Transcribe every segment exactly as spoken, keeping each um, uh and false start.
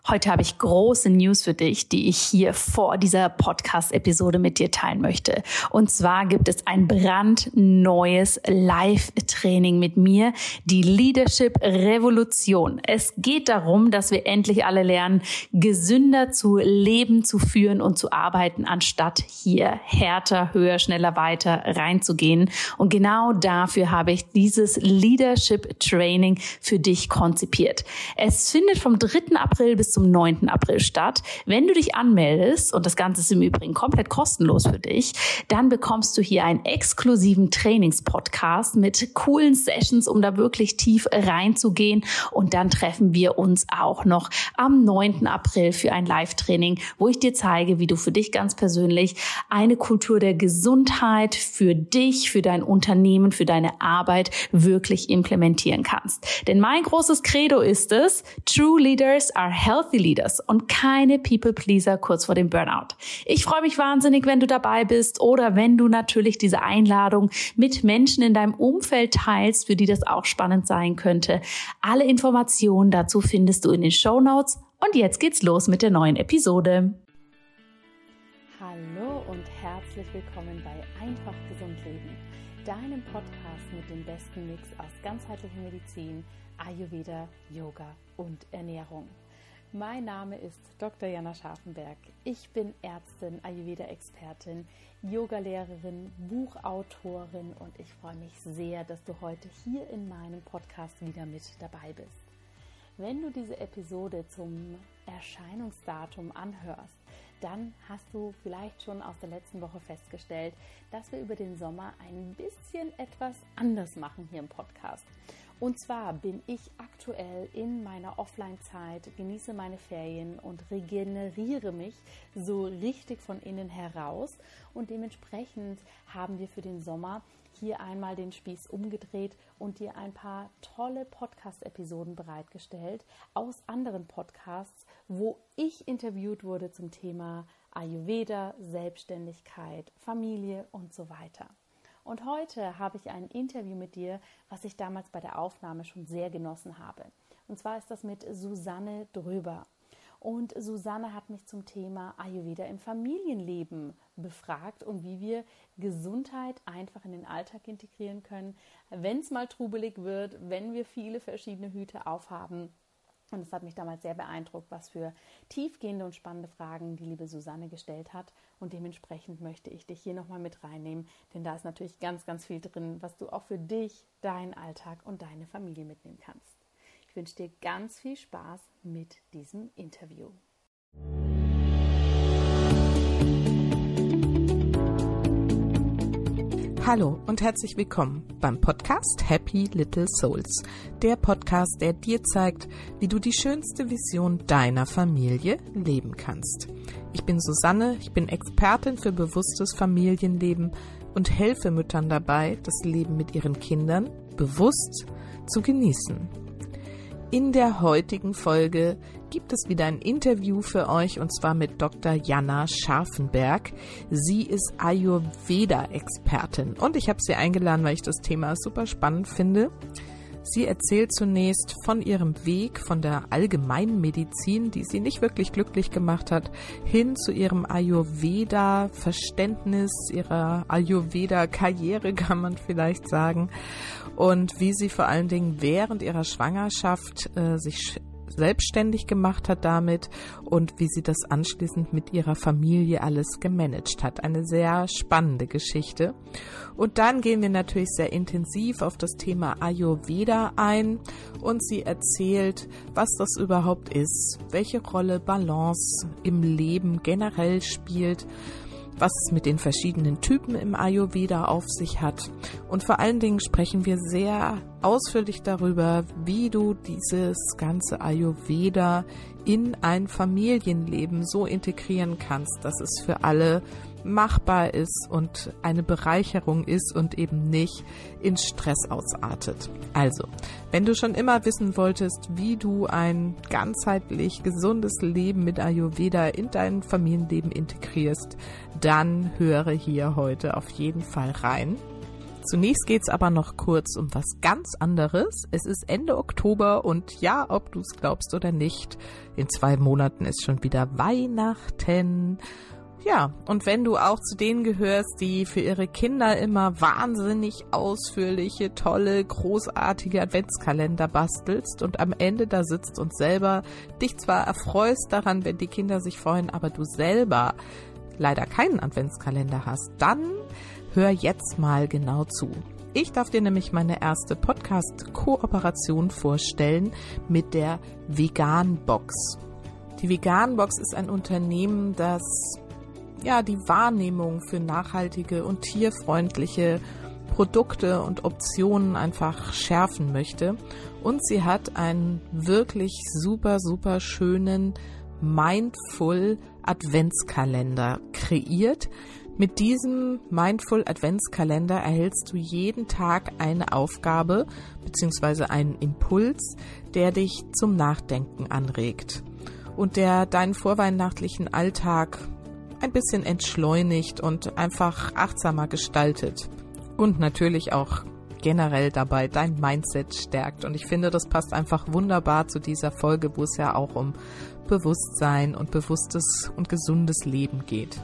Heute habe ich große News für dich, die ich hier vor dieser Podcast-Episode mit dir teilen möchte. Und zwar gibt es ein brandneues Live-Training mit mir, die Leadership-Revolution. Es geht darum, dass wir endlich alle lernen, gesünder zu leben, zu führen und zu arbeiten, anstatt hier härter, höher, schneller, weiter reinzugehen. Und genau dafür habe ich dieses Leadership-Training für dich konzipiert. Es findet vom dritten April bis zum neunten April statt. Wenn du dich anmeldest, und das Ganze ist im Übrigen komplett kostenlos für dich, dann bekommst du hier einen exklusiven Trainingspodcast mit coolen Sessions, um da wirklich tief reinzugehen. Und dann treffen wir uns auch noch am neunten April für ein Live-Training, wo ich dir zeige, wie du für dich ganz persönlich eine Kultur der Gesundheit für dich, für dein Unternehmen, für deine Arbeit wirklich implementieren kannst. Denn mein großes Credo ist es, True Leaders are healthy Leaders und keine People-Pleaser kurz vor dem Burnout. Ich freue mich wahnsinnig, wenn du dabei bist oder wenn du natürlich diese Einladung mit Menschen in deinem Umfeld teilst, für die das auch spannend sein könnte. Alle Informationen dazu findest du in den Shownotes. Und jetzt geht's los mit der neuen Episode. Hallo und herzlich willkommen bei Einfach Gesund Leben, deinem Podcast mit dem besten Mix aus ganzheitlicher Medizin, Ayurveda, Yoga und Ernährung. Mein Name ist Doktor Jana Scharfenberg. Ich bin Ärztin, Ayurveda-Expertin, Yogalehrerin, Buchautorin und ich freue mich sehr, dass du heute hier in meinem Podcast wieder mit dabei bist. Wenn du diese Episode zum Erscheinungsdatum anhörst, dann hast du vielleicht schon aus der letzten Woche festgestellt, dass wir über den Sommer ein bisschen etwas anders machen hier im Podcast. Und zwar bin ich aktuell in meiner Offline-Zeit, genieße meine Ferien und regeneriere mich so richtig von innen heraus. Und dementsprechend haben wir für den Sommer hier einmal den Spieß umgedreht und dir ein paar tolle Podcast-Episoden bereitgestellt aus anderen Podcasts, wo ich interviewt wurde zum Thema Ayurveda, Selbstständigkeit, Familie und so weiter. Und heute habe ich ein Interview mit dir, was ich damals bei der Aufnahme schon sehr genossen habe. Und zwar ist das mit Susanne Dröber. Und Susanne hat mich zum Thema Ayurveda im Familienleben befragt und wie wir Gesundheit einfach in den Alltag integrieren können, wenn es mal trubelig wird, wenn wir viele verschiedene Hüte aufhaben. Und es hat mich damals sehr beeindruckt, was für tiefgehende und spannende Fragen die liebe Susanne gestellt hat. Und dementsprechend möchte ich dich hier nochmal mit reinnehmen, denn da ist natürlich ganz, ganz viel drin, was du auch für dich, deinen Alltag und deine Familie mitnehmen kannst. Ich wünsche dir ganz viel Spaß mit diesem Interview. Hallo und herzlich willkommen beim Podcast Happy Little Souls, der Podcast, der dir zeigt, wie du die schönste Vision deiner Familie leben kannst. Ich bin Susanne, ich bin Expertin für bewusstes Familienleben und helfe Müttern dabei, das Leben mit ihren Kindern bewusst zu genießen. In der heutigen Folge gibt es wieder ein Interview für euch und zwar mit Doktor Jana Scharfenberg. Sie ist Ayurveda-Expertin und ich habe sie eingeladen, weil ich das Thema super spannend finde. Sie erzählt zunächst von ihrem Weg von der Allgemeinmedizin, die sie nicht wirklich glücklich gemacht hat, hin zu ihrem Ayurveda-Verständnis, ihrer Ayurveda-Karriere, kann man vielleicht sagen, und wie sie vor allen Dingen während ihrer Schwangerschaft äh, sich selbstständig gemacht hat damit und wie sie das anschließend mit ihrer Familie alles gemanagt hat. Eine sehr spannende Geschichte. Und dann gehen wir natürlich sehr intensiv auf das Thema Ayurveda ein und sie erzählt, was das überhaupt ist, welche Rolle Balance im Leben generell spielt, was es mit den verschiedenen Typen im Ayurveda auf sich hat. Und vor allen Dingen sprechen wir sehr ausführlich darüber, wie du dieses ganze Ayurveda in ein Familienleben so integrieren kannst, dass es für alle machbar ist und eine Bereicherung ist und eben nicht in Stress ausartet. Also, wenn du schon immer wissen wolltest, wie du ein ganzheitlich gesundes Leben mit Ayurveda in dein Familienleben integrierst, dann höre hier heute auf jeden Fall rein. Zunächst geht's aber noch kurz um was ganz anderes. Es ist Ende Oktober und ja, ob du es glaubst oder nicht, in zwei Monaten ist schon wieder Weihnachten. Ja, und wenn du auch zu denen gehörst, die für ihre Kinder immer wahnsinnig ausführliche, tolle, großartige Adventskalender bastelst und am Ende da sitzt und selber dich zwar erfreust daran, wenn die Kinder sich freuen, aber du selber leider keinen Adventskalender hast, dann hör jetzt mal genau zu. Ich darf dir nämlich meine erste Podcast-Kooperation vorstellen mit der Vegan-Box. Die Vegan-Box ist ein Unternehmen, das ja die Wahrnehmung für nachhaltige und tierfreundliche Produkte und Optionen einfach schärfen möchte. Und sie hat einen wirklich super, super schönen Mindful Adventskalender kreiert. Mit diesem Mindful Adventskalender erhältst du jeden Tag eine Aufgabe bzw. einen Impuls, der dich zum Nachdenken anregt und der deinen vorweihnachtlichen Alltag ein bisschen entschleunigt und einfach achtsamer gestaltet und natürlich auch generell dabei dein Mindset stärkt. Und ich finde, das passt einfach wunderbar zu dieser Folge, wo es ja auch um Bewusstsein und bewusstes und gesundes Leben geht.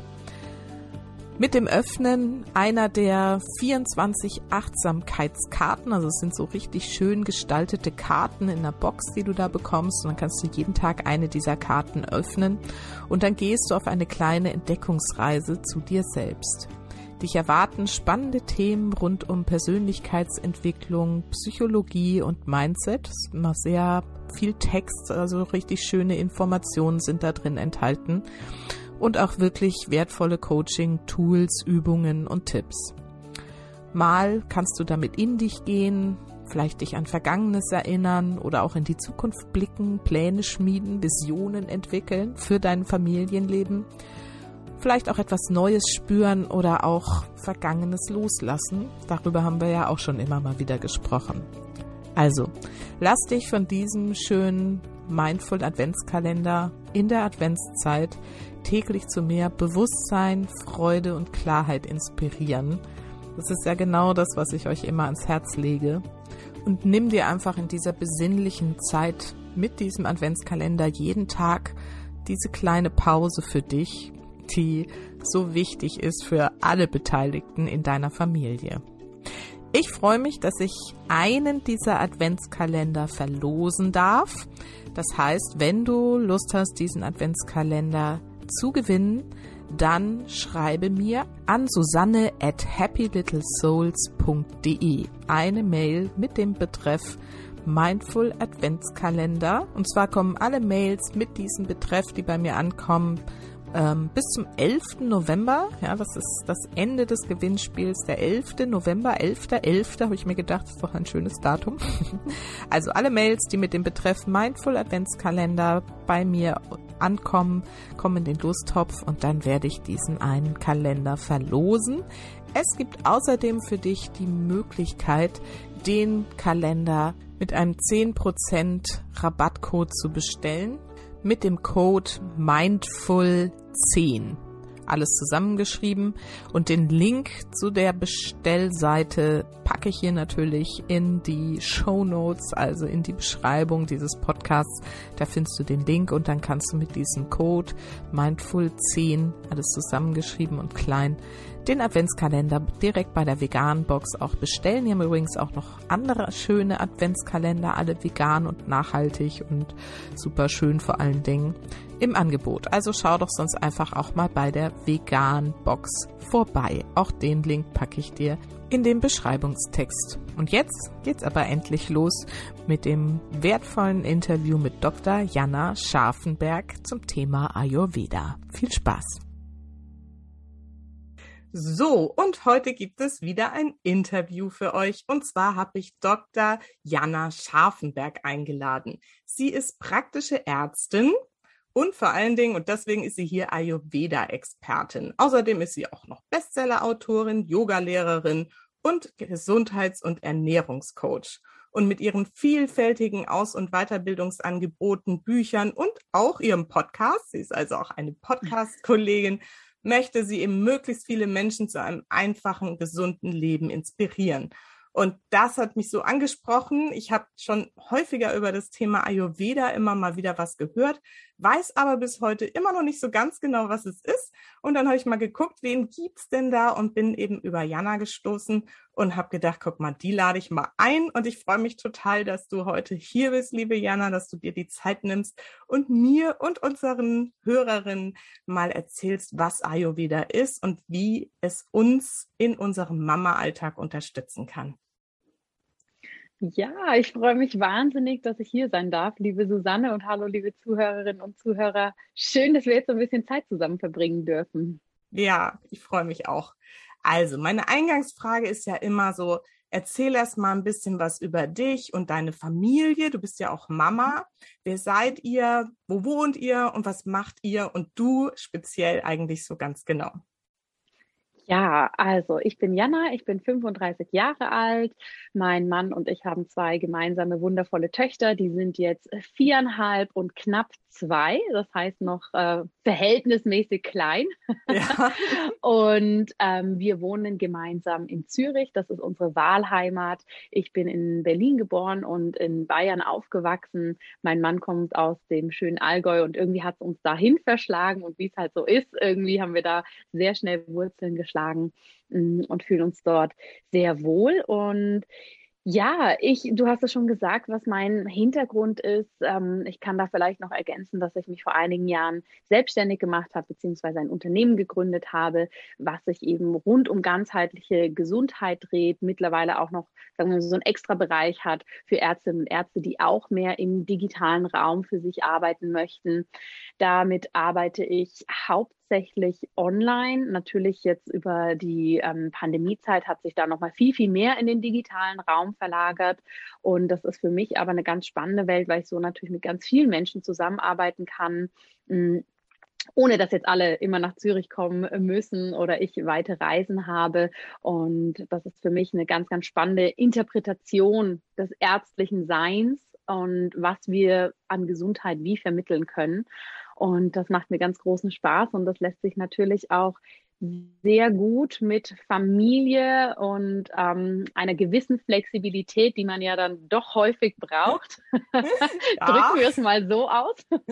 Mit dem Öffnen einer der vierundzwanzig Achtsamkeitskarten, also es sind so richtig schön gestaltete Karten in der Box, die du da bekommst, und dann kannst du jeden Tag eine dieser Karten öffnen und dann gehst du auf eine kleine Entdeckungsreise zu dir selbst. Dich erwarten spannende Themen rund um Persönlichkeitsentwicklung, Psychologie und Mindset. Es ist immer sehr viel Text, also richtig schöne Informationen sind da drin enthalten. Und auch wirklich wertvolle Coaching-Tools, Übungen und Tipps. Mal kannst du damit in dich gehen, vielleicht dich an Vergangenes erinnern oder auch in die Zukunft blicken, Pläne schmieden, Visionen entwickeln für dein Familienleben. Vielleicht auch etwas Neues spüren oder auch Vergangenes loslassen. Darüber haben wir ja auch schon immer mal wieder gesprochen. Also, lass dich von diesem schönen Mindful Adventskalender in der Adventszeit täglich zu mehr Bewusstsein, Freude und Klarheit inspirieren. Das ist ja genau das, was ich euch immer ans Herz lege. Und nimm dir einfach in dieser besinnlichen Zeit mit diesem Adventskalender jeden Tag diese kleine Pause für dich, die so wichtig ist für alle Beteiligten in deiner Familie. Ich freue mich, dass ich einen dieser Adventskalender verlosen darf. Das heißt, wenn du Lust hast, diesen Adventskalender zu gewinnen, dann schreibe mir an susanne at happy little souls punkt de eine Mail mit dem Betreff Mindful Adventskalender. Und zwar kommen alle Mails mit diesem Betreff, die bei mir ankommen, ähm, bis zum elften November. Ja, das ist das Ende des Gewinnspiels, der elfte November, elfter elfter habe ich mir gedacht, das ist doch ein schönes Datum. Also alle Mails, die mit dem Betreff Mindful Adventskalender bei mir ankommen, kommen in den Lostopf und dann werde ich diesen einen Kalender verlosen. Es gibt außerdem für dich die Möglichkeit, den Kalender mit einem zehn Prozent Rabattcode zu bestellen, mit dem Code mindful zehn. Alles zusammengeschrieben, und den Link zu der Bestellseite packe ich hier natürlich in die Shownotes, also in die Beschreibung dieses Podcasts. Da findest du den Link und dann kannst du mit diesem Code mindful zehn, alles zusammengeschrieben und klein, den Adventskalender direkt bei der Vegan-Box auch bestellen. Die haben übrigens auch noch andere schöne Adventskalender, alle vegan und nachhaltig und super schön vor allen Dingen im Angebot. Also schau doch sonst einfach auch mal bei der Vegan-Box vorbei. Auch den Link packe ich dir in den Beschreibungstext. Und jetzt geht's aber endlich los mit dem wertvollen Interview mit Doktor Jana Scharfenberg zum Thema Ayurveda. Viel Spaß! So, und heute gibt es wieder ein Interview für euch. Und zwar habe ich Doktor Jana Scharfenberg eingeladen. Sie ist praktische Ärztin und vor allen Dingen, und deswegen ist sie hier, Ayurveda-Expertin. Außerdem ist sie auch noch Bestseller-Autorin, Yogalehrerin und Gesundheits- und Ernährungscoach. Und mit ihren vielfältigen Aus- und Weiterbildungsangeboten, Büchern und auch ihrem Podcast, sie ist also auch eine Podcast-Kollegin, möchte sie eben möglichst viele Menschen zu einem einfachen, gesunden Leben inspirieren. Und das hat mich so angesprochen. Ich habe schon häufiger über das Thema Ayurveda immer mal wieder was gehört, weiß aber bis heute immer noch nicht so ganz genau, was es ist. Und dann habe ich mal geguckt, wen gibt's denn da, und bin eben über Jana gestoßen und habe gedacht, guck mal, die lade ich mal ein. Und ich freue mich total, dass du heute hier bist, liebe Jana, dass du dir die Zeit nimmst und mir und unseren Hörerinnen mal erzählst, was Ayurveda ist und wie es uns in unserem Mama-Alltag unterstützen kann. Ja, ich freue mich wahnsinnig, dass ich hier sein darf, liebe Susanne, und hallo, liebe Zuhörerinnen und Zuhörer. Schön, dass wir jetzt so ein bisschen Zeit zusammen verbringen dürfen. Ja, ich freue mich auch. Also, meine Eingangsfrage ist ja immer so, erzähl erst mal ein bisschen was über dich und deine Familie. Du bist ja auch Mama. Wer seid ihr? Wo wohnt ihr? Und was macht ihr? Und du speziell eigentlich so ganz genau? Ja, also ich bin Jana, ich bin fünfunddreißig Jahre alt. Mein Mann und ich haben zwei gemeinsame wundervolle Töchter, die sind jetzt viereinhalb und knapp zwei, das heißt noch äh, verhältnismäßig klein. Ja. Und ähm, wir wohnen gemeinsam in Zürich, das ist unsere Wahlheimat. Ich bin in Berlin geboren und in Bayern aufgewachsen. Mein Mann kommt aus dem schönen Allgäu und irgendwie hat es uns dahin verschlagen, und wie es halt so ist, irgendwie haben wir da sehr schnell Wurzeln geschlagen und fühlen uns dort sehr wohl. Und ja, ich, du hast es schon gesagt, was mein Hintergrund ist. Ähm, ich kann da vielleicht noch ergänzen, dass ich mich vor einigen Jahren selbstständig gemacht habe, beziehungsweise ein Unternehmen gegründet habe, was sich eben rund um ganzheitliche Gesundheit dreht, mittlerweile auch noch, sagen wir so, einen extra Bereich hat für Ärztinnen und Ärzte, die auch mehr im digitalen Raum für sich arbeiten möchten. Damit arbeite ich hauptsächlich online. Natürlich jetzt über die ähm, Pandemiezeit hat sich da nochmal viel, viel mehr in den digitalen Raum verlagert. Und das ist für mich aber eine ganz spannende Welt, weil ich so natürlich mit ganz vielen Menschen zusammenarbeiten kann, mh, ohne dass jetzt alle immer nach Zürich kommen müssen oder ich weite Reisen habe. Und das ist für mich eine ganz, ganz spannende Interpretation des ärztlichen Seins und was wir an Gesundheit wie vermitteln können. Und das macht mir ganz großen Spaß, und das lässt sich natürlich auch sehr gut mit Familie und ähm, einer gewissen Flexibilität, die man ja dann doch häufig braucht, ja. Drücken wir es mal so aus,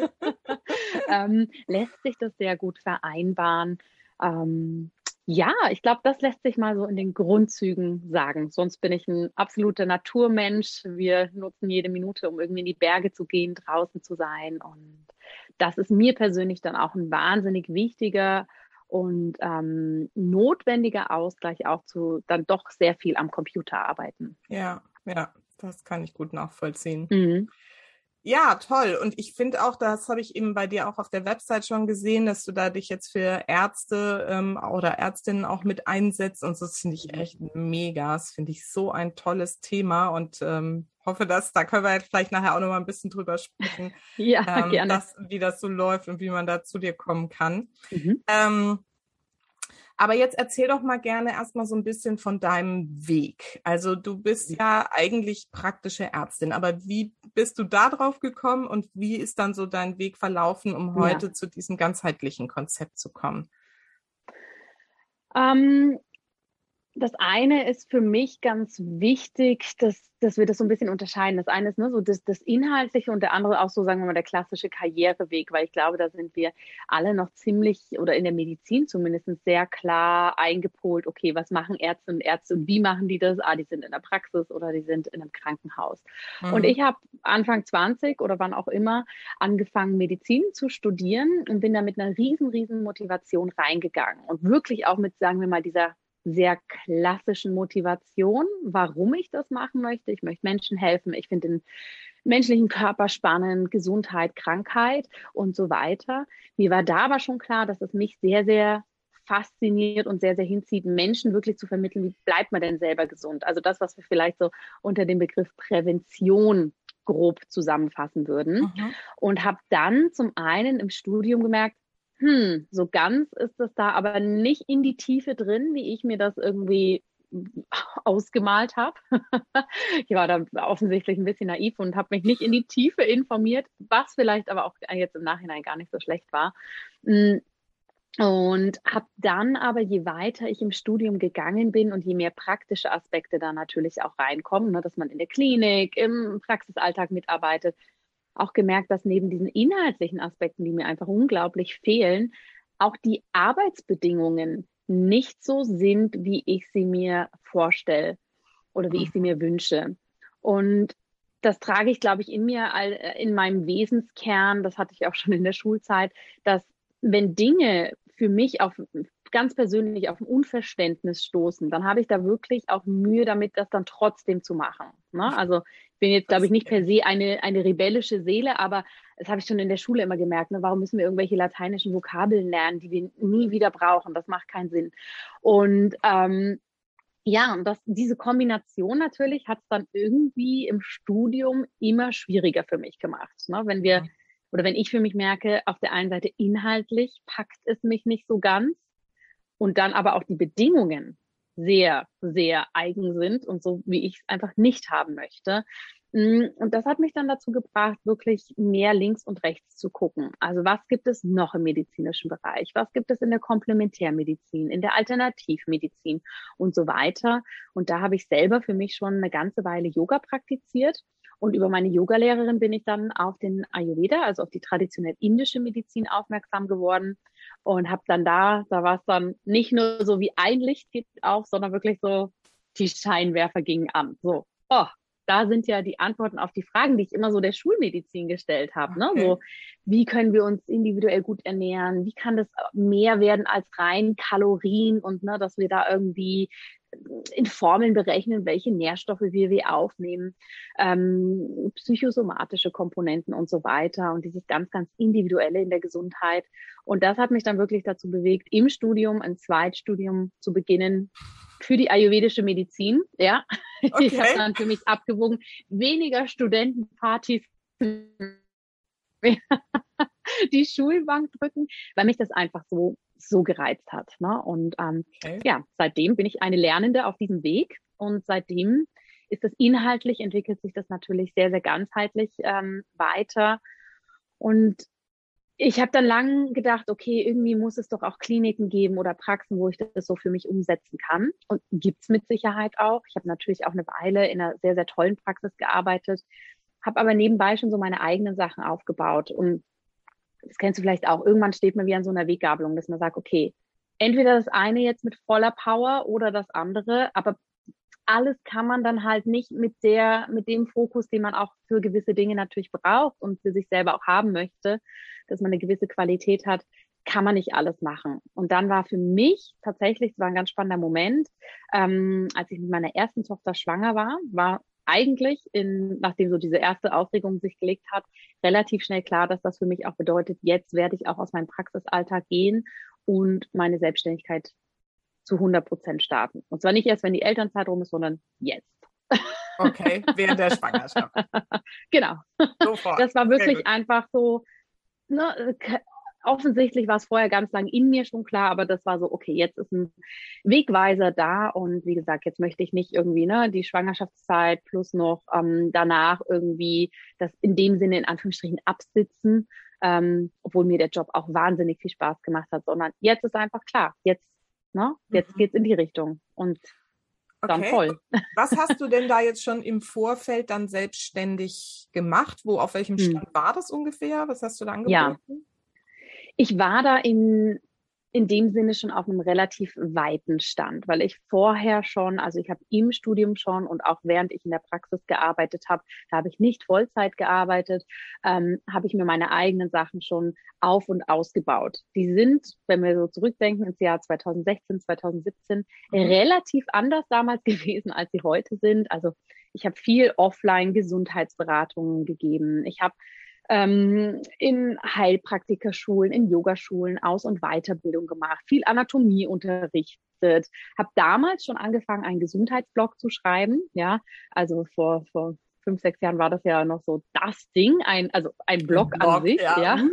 ähm, lässt sich das sehr gut vereinbaren. Ähm, ja, ich glaube, das lässt sich mal so in den Grundzügen sagen. Sonst bin ich ein absoluter Naturmensch. Wir nutzen jede Minute, um irgendwie in die Berge zu gehen, draußen zu sein. Und das ist mir persönlich dann auch ein wahnsinnig wichtiger und ähm, notwendiger Ausgleich, auch zu dann doch sehr viel am Computer arbeiten. Ja, ja, das kann ich gut nachvollziehen. Mhm. Ja, toll. Und ich finde auch, das habe ich eben bei dir auch auf der Website schon gesehen, dass du da dich jetzt für Ärzte ähm, oder Ärztinnen auch mit einsetzt. Und das finde ich echt mega. Das finde ich so ein tolles Thema, und ähm, hoffe, dass, da können wir jetzt vielleicht nachher auch noch mal ein bisschen drüber sprechen, ja, ähm, gerne. dass, wie das so läuft und wie man da zu dir kommen kann. Mhm. Ähm, Aber jetzt erzähl doch mal gerne erstmal so ein bisschen von deinem Weg. Also du bist ja eigentlich praktische Ärztin, aber wie bist du da drauf gekommen und wie ist dann so dein Weg verlaufen, um heute ja. zu diesem ganzheitlichen Konzept zu kommen? Ähm, das eine ist für mich ganz wichtig, dass, dass wir das so ein bisschen unterscheiden. Das eine ist ne, so das, das Inhaltliche, und der andere auch so, sagen wir mal, der klassische Karriereweg, weil ich glaube, da sind wir alle noch ziemlich, oder in der Medizin zumindest, sehr klar eingepolt, okay, was machen Ärzte und Ärzte und wie machen die das? Ah, die sind in der Praxis oder die sind in einem Krankenhaus. Mhm. Und ich habe Anfang zwanzig oder wann auch immer angefangen, Medizin zu studieren, und bin da mit einer riesen, riesen Motivation reingegangen und wirklich auch mit, sagen wir mal, dieser sehr klassischen Motivation, warum ich das machen möchte. Ich möchte Menschen helfen. Ich finde den menschlichen Körper spannend, Gesundheit, Krankheit und so weiter. Mir war da aber schon klar, dass es mich sehr, sehr fasziniert und sehr, sehr hinzieht, Menschen wirklich zu vermitteln, wie bleibt man denn selber gesund? Also das, was wir vielleicht so unter dem Begriff Prävention grob zusammenfassen würden. Mhm. Und habe dann zum einen im Studium gemerkt, hm, so ganz ist das da aber nicht in die Tiefe drin, wie ich mir das irgendwie ausgemalt habe. Ich war da offensichtlich ein bisschen naiv und habe mich nicht in die Tiefe informiert, was vielleicht aber auch jetzt im Nachhinein gar nicht so schlecht war. Und habe dann aber, je weiter ich im Studium gegangen bin und je mehr praktische Aspekte da natürlich auch reinkommen, ne, dass man in der Klinik, im Praxisalltag mitarbeitet, auch gemerkt, dass neben diesen inhaltlichen Aspekten, die mir einfach unglaublich fehlen, auch die Arbeitsbedingungen nicht so sind, wie ich sie mir vorstelle oder wie ich sie mir wünsche. Und das trage ich, glaube ich, in mir, in meinem Wesenskern, das hatte ich auch schon in der Schulzeit, dass wenn Dinge für mich auf ganz persönlich auf ein Unverständnis stoßen, dann habe ich da wirklich auch Mühe damit, das dann trotzdem zu machen. Ne? Also ich bin jetzt, glaube ich, nicht per se eine, eine rebellische Seele, aber das habe ich schon in der Schule immer gemerkt. Ne? Warum müssen wir irgendwelche lateinischen Vokabeln lernen, die wir nie wieder brauchen? Das macht keinen Sinn. Und ähm, ja, und das, diese Kombination natürlich hat es dann irgendwie im Studium immer schwieriger für mich gemacht. Ne? Wenn wir mhm. oder wenn ich für mich merke, auf der einen Seite inhaltlich packt es mich nicht so ganz und dann aber auch die Bedingungen sehr, sehr eigen sind und so, wie ich es einfach nicht haben möchte. Und das hat mich dann dazu gebracht, wirklich mehr links und rechts zu gucken. Also was gibt es noch im medizinischen Bereich? Was gibt es in der Komplementärmedizin, in der Alternativmedizin und so weiter? Und da habe ich selber für mich schon eine ganze Weile Yoga praktiziert. Und über meine Yogalehrerin bin ich dann auf den Ayurveda, also auf die traditionell indische Medizin aufmerksam geworden und habe dann da, da war es dann nicht nur so wie ein Licht geht auf, sondern wirklich so, die Scheinwerfer gingen an. So, oh, da sind ja die Antworten auf die Fragen, die ich immer so der Schulmedizin gestellt habe. Okay. Ne? So, wie können wir uns individuell gut ernähren? Wie kann das mehr werden als rein Kalorien und ne, dass wir da irgendwie in Formeln berechnen, welche Nährstoffe wir wie aufnehmen, ähm, psychosomatische Komponenten und so weiter und dieses ganz, ganz Individuelle in der Gesundheit. Und das hat mich dann wirklich dazu bewegt, im Studium ein Zweitstudium zu beginnen für die ayurvedische Medizin. Ja, okay. Ich habe dann für mich abgewogen, weniger Studentenpartys die Schulbank drücken, weil mich das einfach so so gereizt hat. Ne? Und ähm, okay. ja, seitdem bin ich eine Lernende auf diesem Weg und seitdem ist das inhaltlich, entwickelt sich das natürlich sehr, sehr ganzheitlich ähm, weiter. Und ich habe dann lang gedacht, okay, irgendwie muss es doch auch Kliniken geben oder Praxen, wo ich das so für mich umsetzen kann. Und gibt's mit Sicherheit auch. Ich habe natürlich auch eine Weile in einer sehr, sehr tollen Praxis gearbeitet, habe aber nebenbei schon so meine eigenen Sachen aufgebaut. Und das kennst du vielleicht auch, irgendwann steht man wie an so einer Weggabelung, dass man sagt, okay, entweder das eine jetzt mit voller Power oder das andere, aber alles kann man dann halt nicht mit der, mit dem Fokus, den man auch für gewisse Dinge natürlich braucht und für sich selber auch haben möchte, dass man eine gewisse Qualität hat, kann man nicht alles machen. Und dann war für mich tatsächlich, es war ein ganz spannender Moment, ähm, als ich mit meiner ersten Tochter schwanger war, war eigentlich, in, nachdem so diese erste Aufregung sich gelegt hat, relativ schnell klar, dass das für mich auch bedeutet, jetzt werde ich auch aus meinem Praxisalltag gehen und meine Selbstständigkeit zu hundert Prozent starten. Und zwar nicht erst, wenn die Elternzeit rum ist, sondern jetzt. Okay, während der Schwangerschaft. Genau. Sofort. Das war wirklich einfach so, ne, offensichtlich war es vorher ganz lang in mir schon klar, aber das war so, okay, jetzt ist ein Wegweiser da und wie gesagt, jetzt möchte ich nicht irgendwie ne die Schwangerschaftszeit plus noch ähm, danach irgendwie das in dem Sinne in Anführungsstrichen absitzen, ähm, obwohl mir der Job auch wahnsinnig viel Spaß gemacht hat, sondern jetzt ist einfach klar, jetzt, ne, jetzt mhm. geht's in die Richtung und dann okay. voll. Was hast du denn da jetzt schon im Vorfeld dann selbstständig gemacht? Wo, auf welchem Stand hm. war das ungefähr? Was hast du da angeboten? Ja. Ich war da in, in dem Sinne schon auf einem relativ weiten Stand, weil ich vorher schon, also ich habe im Studium schon und auch während ich in der Praxis gearbeitet habe, da habe ich nicht Vollzeit gearbeitet, ähm, habe ich mir meine eigenen Sachen schon auf- und ausgebaut. Die sind, wenn wir so zurückdenken, ins Jahr zweitausendsechzehn, zweitausendsiebzehn mhm. relativ anders damals gewesen, als sie heute sind. Also ich habe viel Offline-Gesundheitsberatungen gegeben. Ich habe ähm, in Heilpraktikerschulen, in Yogaschulen Aus- und Weiterbildung gemacht, viel Anatomie unterrichtet, habe damals schon angefangen, einen Gesundheitsblog zu schreiben, ja, also vor, vor fünf, sechs Jahren war das ja noch so das Ding, ein, also ein Blog, Blog an sich, ja. ja.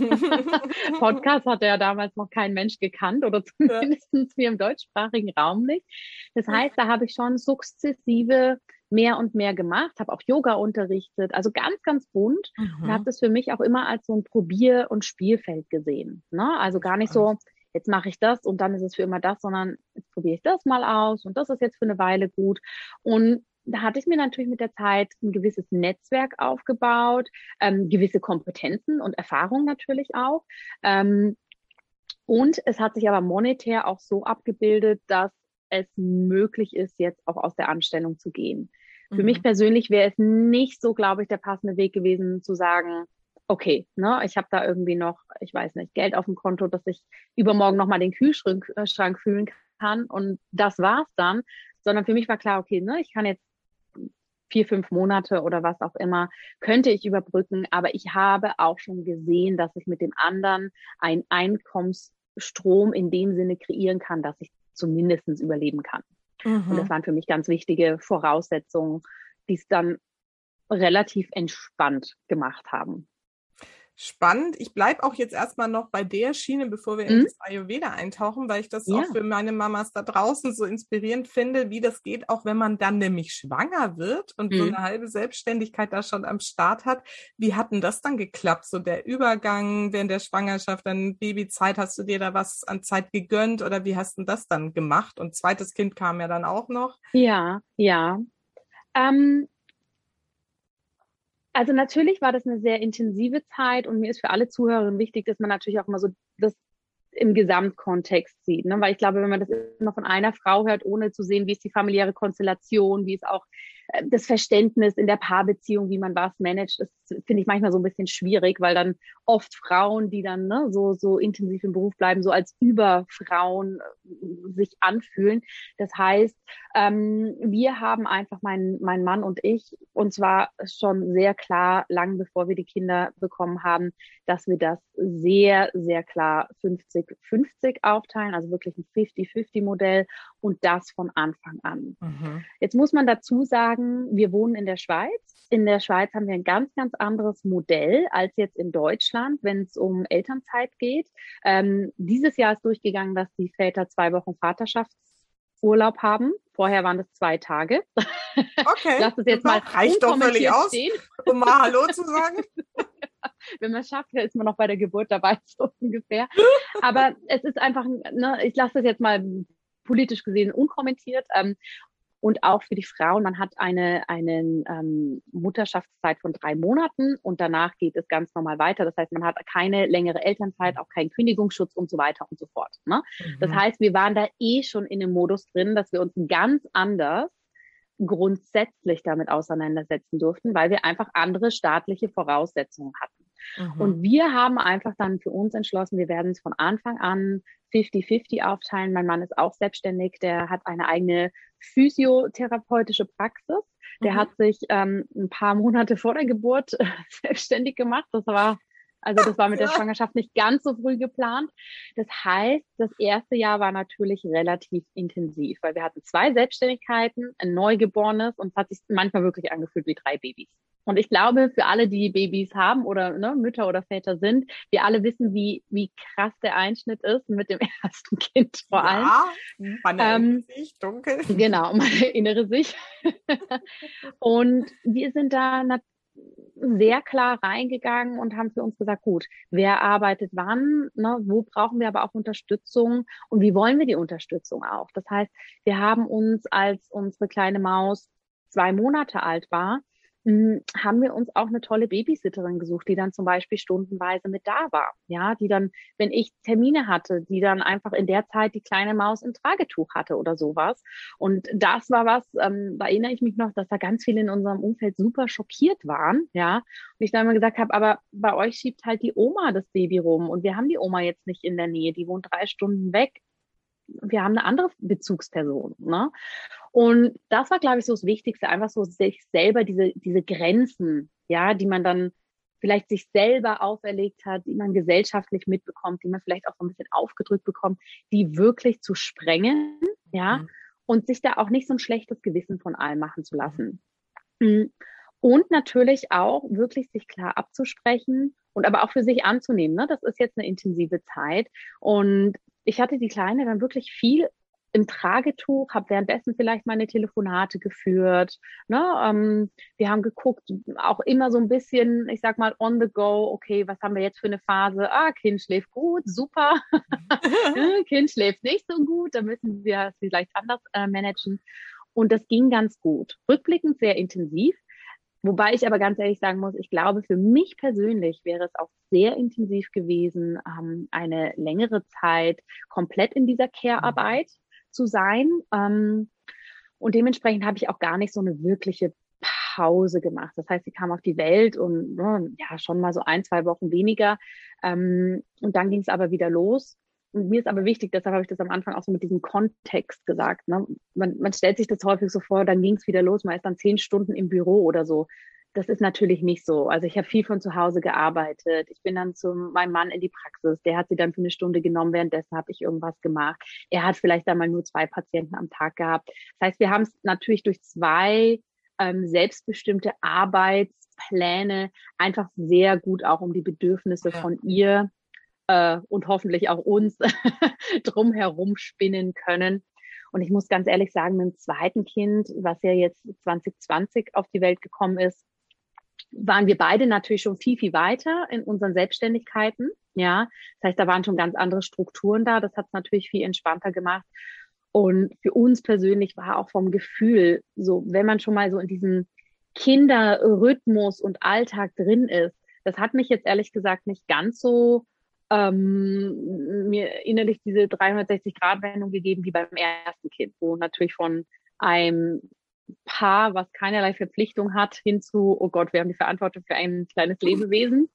Podcast hatte ja damals noch kein Mensch gekannt oder zumindest ja. wir im deutschsprachigen Raum nicht. Das heißt, da habe ich schon sukzessive mehr und mehr gemacht, habe auch Yoga unterrichtet, also ganz, ganz bunt mhm. und habe das für mich auch immer als so ein Probier- und Spielfeld gesehen. Ne? Also gar nicht so, jetzt mache ich das und dann ist es für immer das, sondern jetzt probiere ich das mal aus und das ist jetzt für eine Weile gut. Und da hatte ich mir natürlich mit der Zeit ein gewisses Netzwerk aufgebaut, ähm, gewisse Kompetenzen und Erfahrungen natürlich auch. Ähm, und es hat sich aber monetär auch so abgebildet, dass es möglich ist, jetzt auch aus der Anstellung zu gehen. Mhm. Für mich persönlich wäre es nicht so, glaube ich, der passende Weg gewesen, zu sagen, okay, ne, ich habe da irgendwie noch, ich weiß nicht, Geld auf dem Konto, dass ich übermorgen nochmal den Kühlschrank äh, Schrank füllen kann und das war's dann. Sondern für mich war klar, okay, ne, ich kann jetzt vier, fünf Monate oder was auch immer, könnte ich überbrücken. Aber ich habe auch schon gesehen, dass ich mit dem anderen einen Einkommensstrom in dem Sinne kreieren kann, dass ich zumindest überleben kann. Mhm. Und das waren für mich ganz wichtige Voraussetzungen, die es dann relativ entspannt gemacht haben. Spannend. Ich bleibe auch jetzt erstmal noch bei der Schiene, bevor wir in mhm. das Ayurveda eintauchen, weil ich das ja. auch für meine Mamas da draußen so inspirierend finde, wie das geht, auch wenn man dann nämlich schwanger wird und mhm. so eine halbe Selbstständigkeit da schon am Start hat. Wie hat denn das dann geklappt? So der Übergang während der Schwangerschaft, dann Babyzeit, hast du dir da was an Zeit gegönnt oder wie hast du das dann gemacht? Und zweites Kind kam ja dann auch noch. Ja, ja. Ähm, Also natürlich war das eine sehr intensive Zeit und mir ist für alle Zuhörerinnen wichtig, dass man natürlich auch immer so das im Gesamtkontext sieht, ne? Weil ich glaube, wenn man das immer von einer Frau hört, ohne zu sehen, wie ist die familiäre Konstellation, wie ist auch äh, das Verständnis in der Paarbeziehung, wie man was managt, das finde ich manchmal so ein bisschen schwierig, weil dann oft Frauen, die dann ne, so so intensiv im Beruf bleiben, so als Überfrauen äh, sich anfühlen. Das heißt, ähm, wir haben einfach, mein mein Mann und ich, und zwar schon sehr klar, lang bevor wir die Kinder bekommen haben, dass wir das sehr, sehr klar fünfzig fünfzig aufteilen, also wirklich ein fünfzig fünfzig Modell und das von Anfang an. Mhm. Jetzt muss man dazu sagen, wir wohnen in der Schweiz. In der Schweiz haben wir ein ganz, ganz anderes Modell als jetzt in Deutschland, wenn es um Elternzeit geht. Ähm, dieses Jahr ist durchgegangen, dass die Väter zwei Wochen Vaterschaftsurlaub haben. Vorher waren es zwei Tage. Okay, lass es jetzt mal reicht doch völlig aus, stehen. Um mal Hallo zu sagen. Wenn man es schafft, ist man noch bei der Geburt dabei, so ungefähr. Aber es ist einfach, ne, ich lasse das jetzt mal politisch gesehen unkommentiert. Ähm, und auch für die Frauen, man hat eine, eine ähm, Mutterschaftszeit von drei Monaten und danach geht es ganz normal weiter. Das heißt, man hat keine längere Elternzeit, auch keinen Kündigungsschutz und so weiter und so fort. Ne? Mhm. Das heißt, wir waren da eh schon in dem Modus drin, dass wir uns ganz anders grundsätzlich damit auseinandersetzen durften, weil wir einfach andere staatliche Voraussetzungen hatten. Mhm. Und wir haben einfach dann für uns entschlossen, wir werden es von Anfang an fünfzig fünfzig aufteilen. Mein Mann ist auch selbstständig, der hat eine eigene physiotherapeutische Praxis. Der mhm. hat sich ähm, ein paar Monate vor der Geburt äh, selbstständig gemacht. Das war Also das war mit der Schwangerschaft nicht ganz so früh geplant. Das heißt, das erste Jahr war natürlich relativ intensiv, weil wir hatten zwei Selbstständigkeiten, ein Neugeborenes und es hat sich manchmal wirklich angefühlt wie drei Babys. Und ich glaube, für alle, die Babys haben oder ne, Mütter oder Väter sind, wir alle wissen, wie wie krass der Einschnitt ist mit dem ersten Kind vor allem. Ja, meine ähm, Sicht, dunkel. Genau, meine innere Sicht. Und wir sind da natürlich sehr klar reingegangen und haben für uns gesagt, gut, wer arbeitet wann, ne, wo brauchen wir aber auch Unterstützung und wie wollen wir die Unterstützung auch? Das heißt, wir haben uns, als unsere kleine Maus zwei Monate alt war, mh, haben wir uns auch eine tolle Babysitterin gesucht, die dann zum Beispiel stundenweise mit da war, ja, die dann, wenn ich Termine hatte, die dann einfach in der Zeit die kleine Maus im Tragetuch hatte oder sowas. Und das war was, ähm, da erinnere ich mich noch, dass da ganz viele in unserem Umfeld super schockiert waren, ja. Und ich dann immer gesagt habe, aber bei euch schiebt halt die Oma das Baby rum und wir haben die Oma jetzt nicht in der Nähe, die wohnt drei Stunden weg. Wir haben eine andere Bezugsperson, ne? Und das war, glaube ich, so das Wichtigste, einfach so sich selber diese, diese Grenzen, ja, die man dann vielleicht sich selber auferlegt hat, die man gesellschaftlich mitbekommt, die man vielleicht auch so ein bisschen aufgedrückt bekommt, die wirklich zu sprengen, ja, mhm. und sich da auch nicht so ein schlechtes Gewissen von allem machen zu lassen. Und natürlich auch wirklich sich klar abzusprechen und aber auch für sich anzunehmen, ne? Das ist jetzt eine intensive Zeit und ich hatte die Kleine dann wirklich viel im Tragetuch, habe währenddessen vielleicht meine Telefonate geführt. Ne? Ähm, wir haben geguckt, auch immer so ein bisschen, ich sag mal, on the go, okay, was haben wir jetzt für eine Phase? Ah, Kind schläft gut, super. Kind schläft nicht so gut, da müssen wir es vielleicht anders äh, managen. Und das ging ganz gut. Rückblickend sehr intensiv. Wobei ich aber ganz ehrlich sagen muss, ich glaube, für mich persönlich wäre es auch sehr intensiv gewesen, ähm, eine längere Zeit komplett in dieser Care-Arbeit zu sein. Ähm, und dementsprechend habe ich auch gar nicht so eine wirkliche Pause gemacht. Das heißt, sie kam auf die Welt und ja, schon mal so ein, zwei Wochen weniger. Ähm, und dann ging es aber wieder los. Und mir ist aber wichtig, deshalb habe ich das am Anfang auch so mit diesem Kontext gesagt. Ne? Man, man stellt sich das häufig so vor, dann ging es wieder los, man ist dann zehn Stunden im Büro oder so. Das ist natürlich nicht so. Also ich habe viel von zu Hause gearbeitet. Ich bin dann zu meinem Mann in die Praxis. Der hat sie dann für eine Stunde genommen. Währenddessen habe ich irgendwas gemacht. Er hat vielleicht einmal nur zwei Patienten am Tag gehabt. Das heißt, wir haben es natürlich durch zwei ähm, selbstbestimmte Arbeitspläne einfach sehr gut auch um die Bedürfnisse ja. von ihr äh, und hoffentlich auch uns drumherum spinnen können. Und ich muss ganz ehrlich sagen, mit dem zweiten Kind, was ja jetzt zwanzig zwanzig auf die Welt gekommen ist, waren wir beide natürlich schon viel, viel weiter in unseren Selbstständigkeiten. Ja, das heißt, da waren schon ganz andere Strukturen da. Das hat es natürlich viel entspannter gemacht. Und für uns persönlich war auch vom Gefühl so, wenn man schon mal so in diesem Kinderrhythmus und Alltag drin ist, das hat mich jetzt ehrlich gesagt nicht ganz so ähm, mir innerlich diese dreihundertsechzig-Grad-Wendung gegeben wie beim ersten Kind, wo natürlich von einem Paar, was keinerlei Verpflichtung hat, hinzu, oh Gott, wir haben die Verantwortung für ein kleines Lebewesen.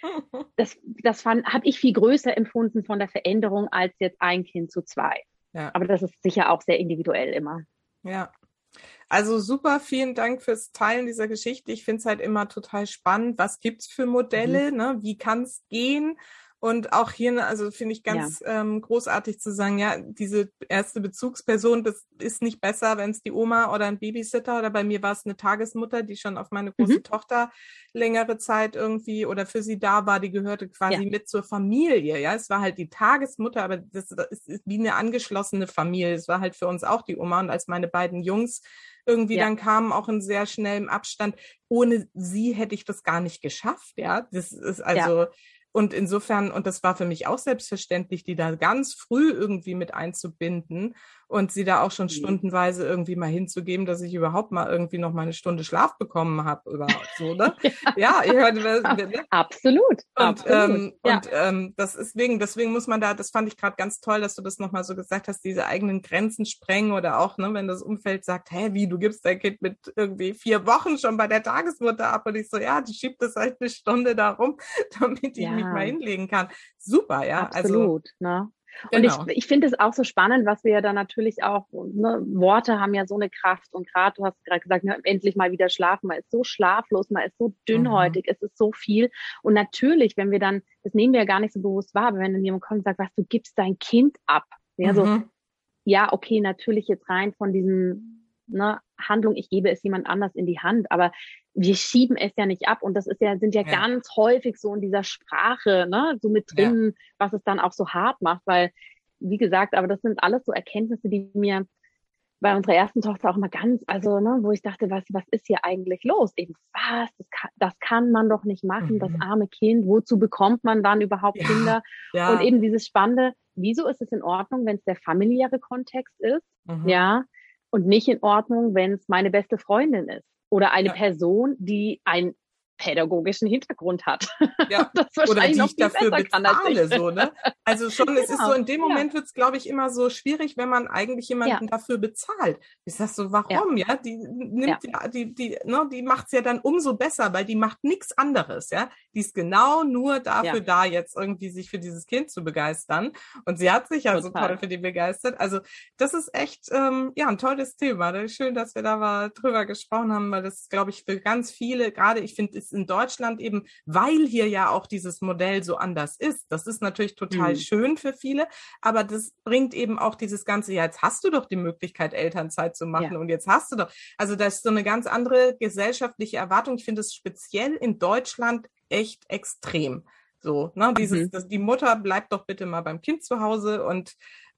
Das, das fand, habe ich viel größer empfunden von der Veränderung als jetzt ein Kind zu zwei. Ja. Aber das ist sicher auch sehr individuell immer. Ja. Also super, vielen Dank fürs Teilen dieser Geschichte. Ich finde es halt immer total spannend. Was gibt's für Modelle? Mhm. Ne? Wie kann es gehen? Und auch hier, also finde ich ganz ja. ähm, großartig zu sagen, ja, diese erste Bezugsperson, das ist nicht besser, wenn es die Oma oder ein Babysitter oder bei mir war es eine Tagesmutter, die schon auf meine große mhm. Tochter längere Zeit irgendwie oder für sie da war, die gehörte quasi ja. mit zur Familie, ja, es war halt die Tagesmutter, aber das, das ist, ist wie eine angeschlossene Familie, es war halt für uns auch die Oma und als meine beiden Jungs irgendwie ja. dann kamen, auch in sehr schnellem Abstand, ohne sie hätte ich das gar nicht geschafft, ja, das ist also... Ja. Und insofern, und das war für mich auch selbstverständlich, die da ganz früh irgendwie mit einzubinden und sie da auch schon mhm. stundenweise irgendwie mal hinzugeben, dass ich überhaupt mal irgendwie noch mal eine Stunde Schlaf bekommen habe überhaupt so, ne? ja, ich hörte, ne? Absolut. Und, absolut. Ähm, ja. und ähm, das ist deswegen, deswegen muss man da, das fand ich gerade ganz toll, dass du das nochmal so gesagt hast, diese eigenen Grenzen sprengen oder auch, ne, wenn das Umfeld sagt, hä, wie, du gibst dein Kind mit irgendwie vier Wochen schon bei der Tagesmutter ab und ich so, ja, die schiebt das halt eine Stunde da rum, damit ich ja. mich mal hinlegen kann. Super, ja. Absolut, also, ne? Genau. Und ich, ich finde es auch so spannend, was wir ja dann natürlich auch, ne, Worte haben ja so eine Kraft und gerade, du hast gerade gesagt, ne, endlich mal wieder schlafen, man ist so schlaflos, man ist so dünnhäutig, mhm. es ist so viel und natürlich, wenn wir dann, das nehmen wir ja gar nicht so bewusst wahr, aber wenn dann jemand kommt und sagt, was, du gibst dein Kind ab, ja, mhm. so, ja, okay, natürlich jetzt rein von diesem, ne, Handlung, ich gebe es jemand anders in die Hand, aber wir schieben es ja nicht ab und das ist ja, sind ja, ja. ganz häufig so in dieser Sprache, ne, so mit drin, ja. was es dann auch so hart macht, weil, wie gesagt, aber das sind alles so Erkenntnisse, die mir bei unserer ersten Tochter auch mal ganz, also, ne, wo ich dachte, was, was ist hier eigentlich los? Eben, was, das kann, das kann man doch nicht machen, mhm. das arme Kind, wozu bekommt man dann überhaupt ja. Kinder? Ja. Und eben dieses Spannende, wieso ist es in Ordnung, wenn es der familiäre Kontext ist, mhm. ja, und nicht in Ordnung, wenn es meine beste Freundin ist oder eine ja. Person, die einen pädagogischen Hintergrund hat. Ja. Das oder die ich dafür bezahle, so, ne? Also schon, genau. es ist so, in dem Moment ja. wird es, glaube ich, immer so schwierig, wenn man eigentlich jemanden ja. dafür bezahlt. Ich sag so, warum, ja? ja? Die nimmt ja, die, die, ne, die macht's ja dann umso besser, weil die macht nichts anderes, ja? Die ist genau nur dafür ja. da, jetzt irgendwie sich für dieses Kind zu begeistern. Und sie hat sich ja Total. so toll für die begeistert. Also das ist echt, ähm, ja, ein tolles Thema. Das ist schön, dass wir da mal drüber gesprochen haben, weil das, glaube ich, für ganz viele, gerade ich finde, es in Deutschland eben, weil hier ja auch dieses Modell so anders ist. Das ist natürlich total mhm. schön für viele, aber das bringt eben auch dieses ganze, ja, jetzt hast du doch die Möglichkeit, Elternzeit zu machen ja. und jetzt hast du doch, also das ist so eine ganz andere gesellschaftliche Erwartung. Ich finde es speziell in Deutschland echt extrem. So, ne, dieses, mhm. das, die Mutter bleibt doch bitte mal beim Kind zu Hause und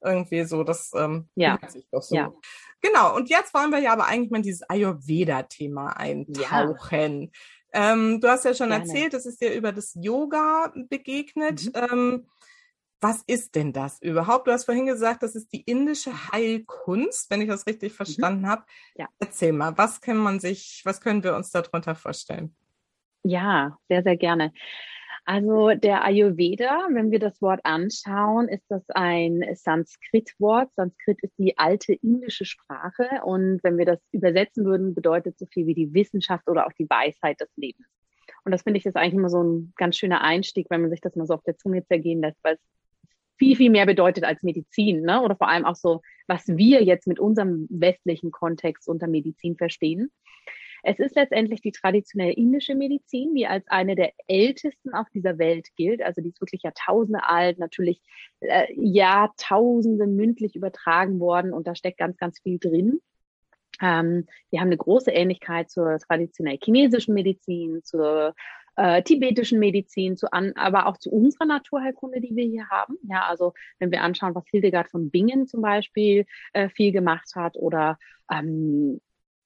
Irgendwie so, das ähm, ja. hört sich doch so. Ja. Genau, und jetzt wollen wir ja aber eigentlich mal in dieses Ayurveda-Thema eintauchen. Ja. Ähm, du hast ja schon Gerne. erzählt, es ist dir über das Yoga begegnet. Mhm. Ähm, was ist denn das überhaupt? Du hast vorhin gesagt, das ist die indische Heilkunst, wenn ich das richtig verstanden mhm. habe. Ja. Erzähl mal, was kann man sich, was können wir uns darunter vorstellen? Ja, sehr, sehr gerne. Also der Ayurveda, wenn wir das Wort anschauen, ist das ein Sanskrit-Wort. Sanskrit ist die alte indische Sprache und wenn wir das übersetzen würden, bedeutet so viel wie die Wissenschaft oder auch die Weisheit des Lebens. Und das finde ich ist eigentlich immer so ein ganz schöner Einstieg, wenn man sich das mal so auf der Zunge zergehen lässt, weil es viel, viel mehr bedeutet als Medizin, ne? Oder vor allem auch so, was wir jetzt mit unserem westlichen Kontext unter Medizin verstehen. Es ist letztendlich die traditionelle indische Medizin, die als eine der ältesten auf dieser Welt gilt. Also die ist wirklich Jahrtausende alt, natürlich äh, Jahrtausende mündlich übertragen worden und da steckt ganz, ganz viel drin. Ähm, wir haben eine große Ähnlichkeit zur traditionell chinesischen Medizin, zur äh, tibetischen Medizin, zu an, aber auch zu unserer Naturheilkunde, die wir hier haben. Ja, also wenn wir anschauen, was Hildegard von Bingen zum Beispiel äh, viel gemacht hat oder ähm,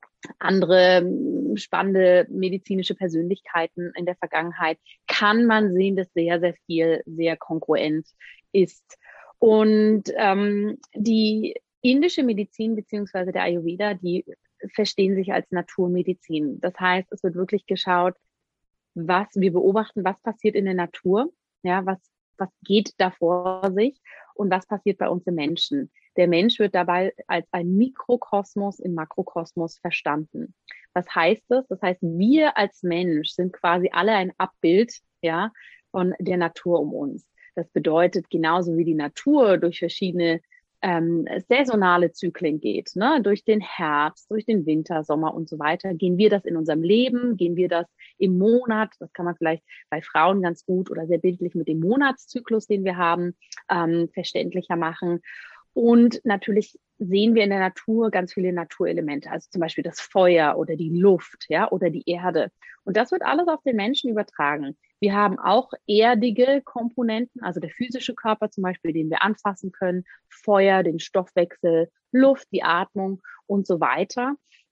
andere spannende medizinische Persönlichkeiten in der Vergangenheit, kann man sehen, dass sehr, sehr viel sehr kongruent ist. Und ähm, die indische Medizin beziehungsweise der Ayurveda, die verstehen sich als Naturmedizin. Das heißt, es wird wirklich geschaut, was wir beobachten, was passiert in der Natur, ja, was was geht da vor sich und was passiert bei uns im Menschen. Der Mensch wird dabei als ein Mikrokosmos im Makrokosmos verstanden. Was heißt das? Das heißt, wir als Mensch sind quasi alle ein Abbild, ja, von der Natur um uns. Das bedeutet, genauso wie die Natur durch verschiedene ähm, saisonale Zyklen geht, ne, durch den Herbst, durch den Winter, Sommer und so weiter, gehen wir das in unserem Leben, gehen wir das im Monat, das kann man vielleicht bei Frauen ganz gut oder sehr bildlich mit dem Monatszyklus, den wir haben, ähm, verständlicher machen. Und natürlich sehen wir in der Natur ganz viele Naturelemente, also zum Beispiel das Feuer oder die Luft, ja, oder die Erde. Und das wird alles auf den Menschen übertragen. Wir haben auch erdige Komponenten, also der physische Körper zum Beispiel, den wir anfassen können, Feuer, den Stoffwechsel, Luft, die Atmung und so weiter.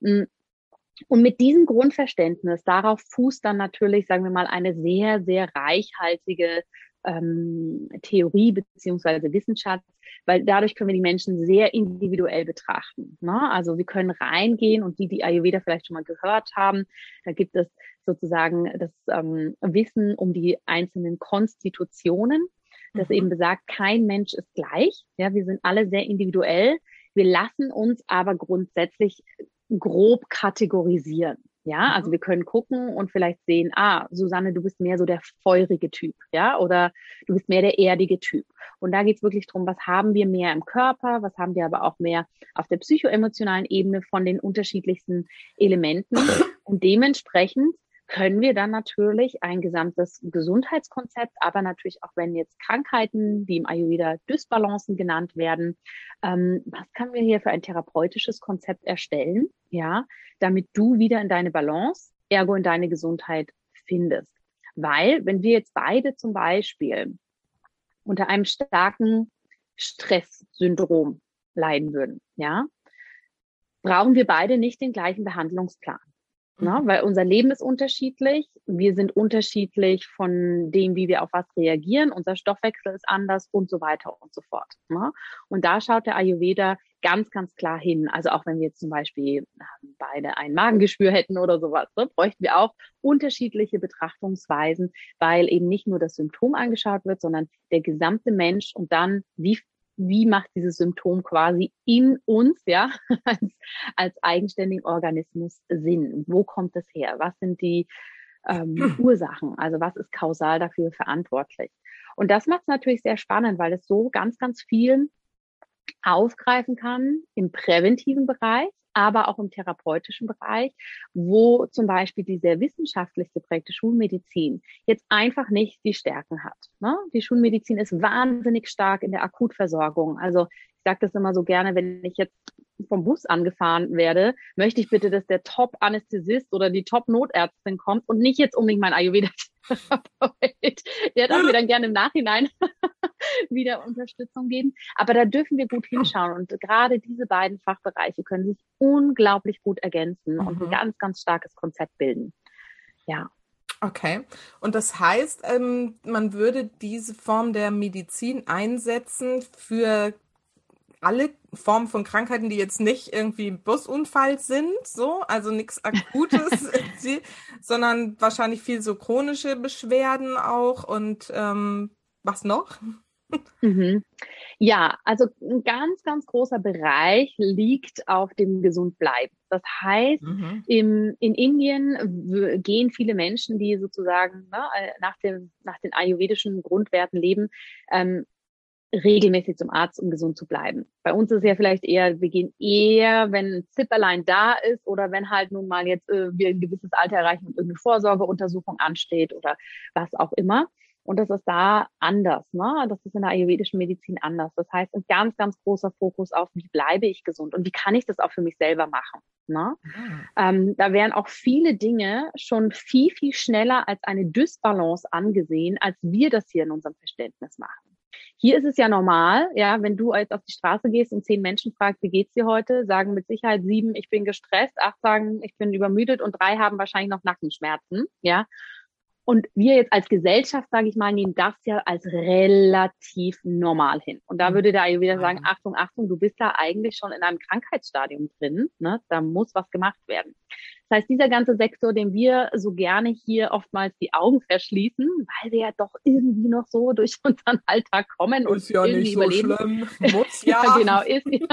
Und mit diesem Grundverständnis, darauf fußt dann natürlich, sagen wir mal, eine sehr, sehr reichhaltige ähm, Theorie beziehungsweise Wissenschaft, weil dadurch können wir die Menschen sehr individuell betrachten, ne? Also wir können reingehen und die, die Ayurveda vielleicht schon mal gehört haben, da gibt es sozusagen das ähm, Wissen um die einzelnen Konstitutionen, das mhm. eben besagt, kein Mensch ist gleich, ja, wir sind alle sehr individuell, wir lassen uns aber grundsätzlich grob kategorisieren. Ja, also wir können gucken und vielleicht sehen, ah, Susanne, du bist mehr so der feurige Typ, ja, oder du bist mehr der erdige Typ. Und da geht's wirklich drum, was haben wir mehr im Körper, was haben wir aber auch mehr auf der psychoemotionalen Ebene von den unterschiedlichsten Elementen. Und dementsprechend können wir dann natürlich ein gesamtes Gesundheitskonzept, aber natürlich auch wenn jetzt Krankheiten, die im Ayurveda Dysbalancen genannt werden, ähm, was können wir hier für ein therapeutisches Konzept erstellen, ja, damit du wieder in deine Balance, ergo in deine Gesundheit findest. Weil, wenn wir jetzt beide zum Beispiel unter einem starken Stresssyndrom leiden würden, ja, brauchen wir beide nicht den gleichen Behandlungsplan. Na, weil unser Leben ist unterschiedlich, wir sind unterschiedlich von dem, wie wir auf was reagieren, unser Stoffwechsel ist anders und so weiter und so fort. Na? Und da schaut der Ayurveda ganz, ganz klar hin. Also auch wenn wir jetzt zum Beispiel beide ein Magengeschwür hätten oder sowas, ne, bräuchten wir auch unterschiedliche Betrachtungsweisen, weil eben nicht nur das Symptom angeschaut wird, sondern der gesamte Mensch und dann, wie wie macht dieses Symptom quasi in uns, ja, als, als eigenständigen Organismus Sinn? Wo kommt es her? Was sind die ähm, Ursachen? Also was ist kausal dafür verantwortlich? Und das macht es natürlich sehr spannend, weil es so ganz, ganz viel aufgreifen kann im präventiven Bereich, aber auch im therapeutischen Bereich, wo zum Beispiel die sehr wissenschaftlich geprägte Schulmedizin jetzt einfach nicht die Stärken hat. Ne? Die Schulmedizin ist wahnsinnig stark in der Akutversorgung. Also ich sage das immer so gerne, wenn ich jetzt vom Bus angefahren werde, möchte ich bitte, dass der Top-Anästhesist oder die Top-Notärztin kommt und nicht jetzt unbedingt mein Ayurveda-Therapeut. Der darf mir dann gerne im Nachhinein wieder Unterstützung geben. Aber da dürfen wir gut hinschauen. Und gerade diese beiden Fachbereiche können sich unglaublich gut ergänzen mhm. und ein ganz, ganz starkes Konzept bilden. Ja. Okay. Und das heißt, ähm, man würde diese Form der Medizin einsetzen für alle Formen von Krankheiten, die jetzt nicht irgendwie Busunfall sind, so, also nichts Akutes, sondern wahrscheinlich viel so chronische Beschwerden auch und ähm, was noch? Mhm. Ja, also ein ganz, ganz großer Bereich liegt auf dem Gesundbleiben. Das heißt, mhm. im, in Indien w- gehen viele Menschen, die sozusagen ne, nach, dem, nach den ayurvedischen Grundwerten leben, ähm, regelmäßig zum Arzt, um gesund zu bleiben. Bei uns ist es ja vielleicht eher, wir gehen eher, wenn ein Zipperlein da ist oder wenn halt nun mal jetzt äh, wir ein gewisses Alter erreichen und irgendeine Vorsorgeuntersuchung ansteht oder was auch immer. Und das ist da anders, ne? Das ist in der ayurvedischen Medizin anders. Das heißt, ein ganz, ganz großer Fokus auf, wie bleibe ich gesund und wie kann ich das auch für mich selber machen, ne? Mhm. Ähm, da werden auch viele Dinge schon viel, viel schneller als eine Dysbalance angesehen, als wir das hier in unserem Verständnis machen. Hier ist es ja normal, ja, wenn du jetzt auf die Straße gehst und zehn Menschen fragst, wie geht's dir heute, sagen mit Sicherheit sieben, ich bin gestresst, acht sagen, ich bin übermüdet und drei haben wahrscheinlich noch Nackenschmerzen, ja. Und wir jetzt als Gesellschaft, sage ich mal, nehmen das ja als relativ normal hin. Und da würde der Ayurveda sagen, Achtung, Achtung, du bist da eigentlich schon in einem Krankheitsstadium drin, ne? Da muss was gemacht werden. Das heißt, dieser ganze Sektor, dem wir so gerne hier oftmals die Augen verschließen, weil wir ja doch irgendwie noch so durch unseren Alltag kommen und ist ja irgendwie nicht so überleben. Schlimm. Muss ja. Ja, genau, ist ja.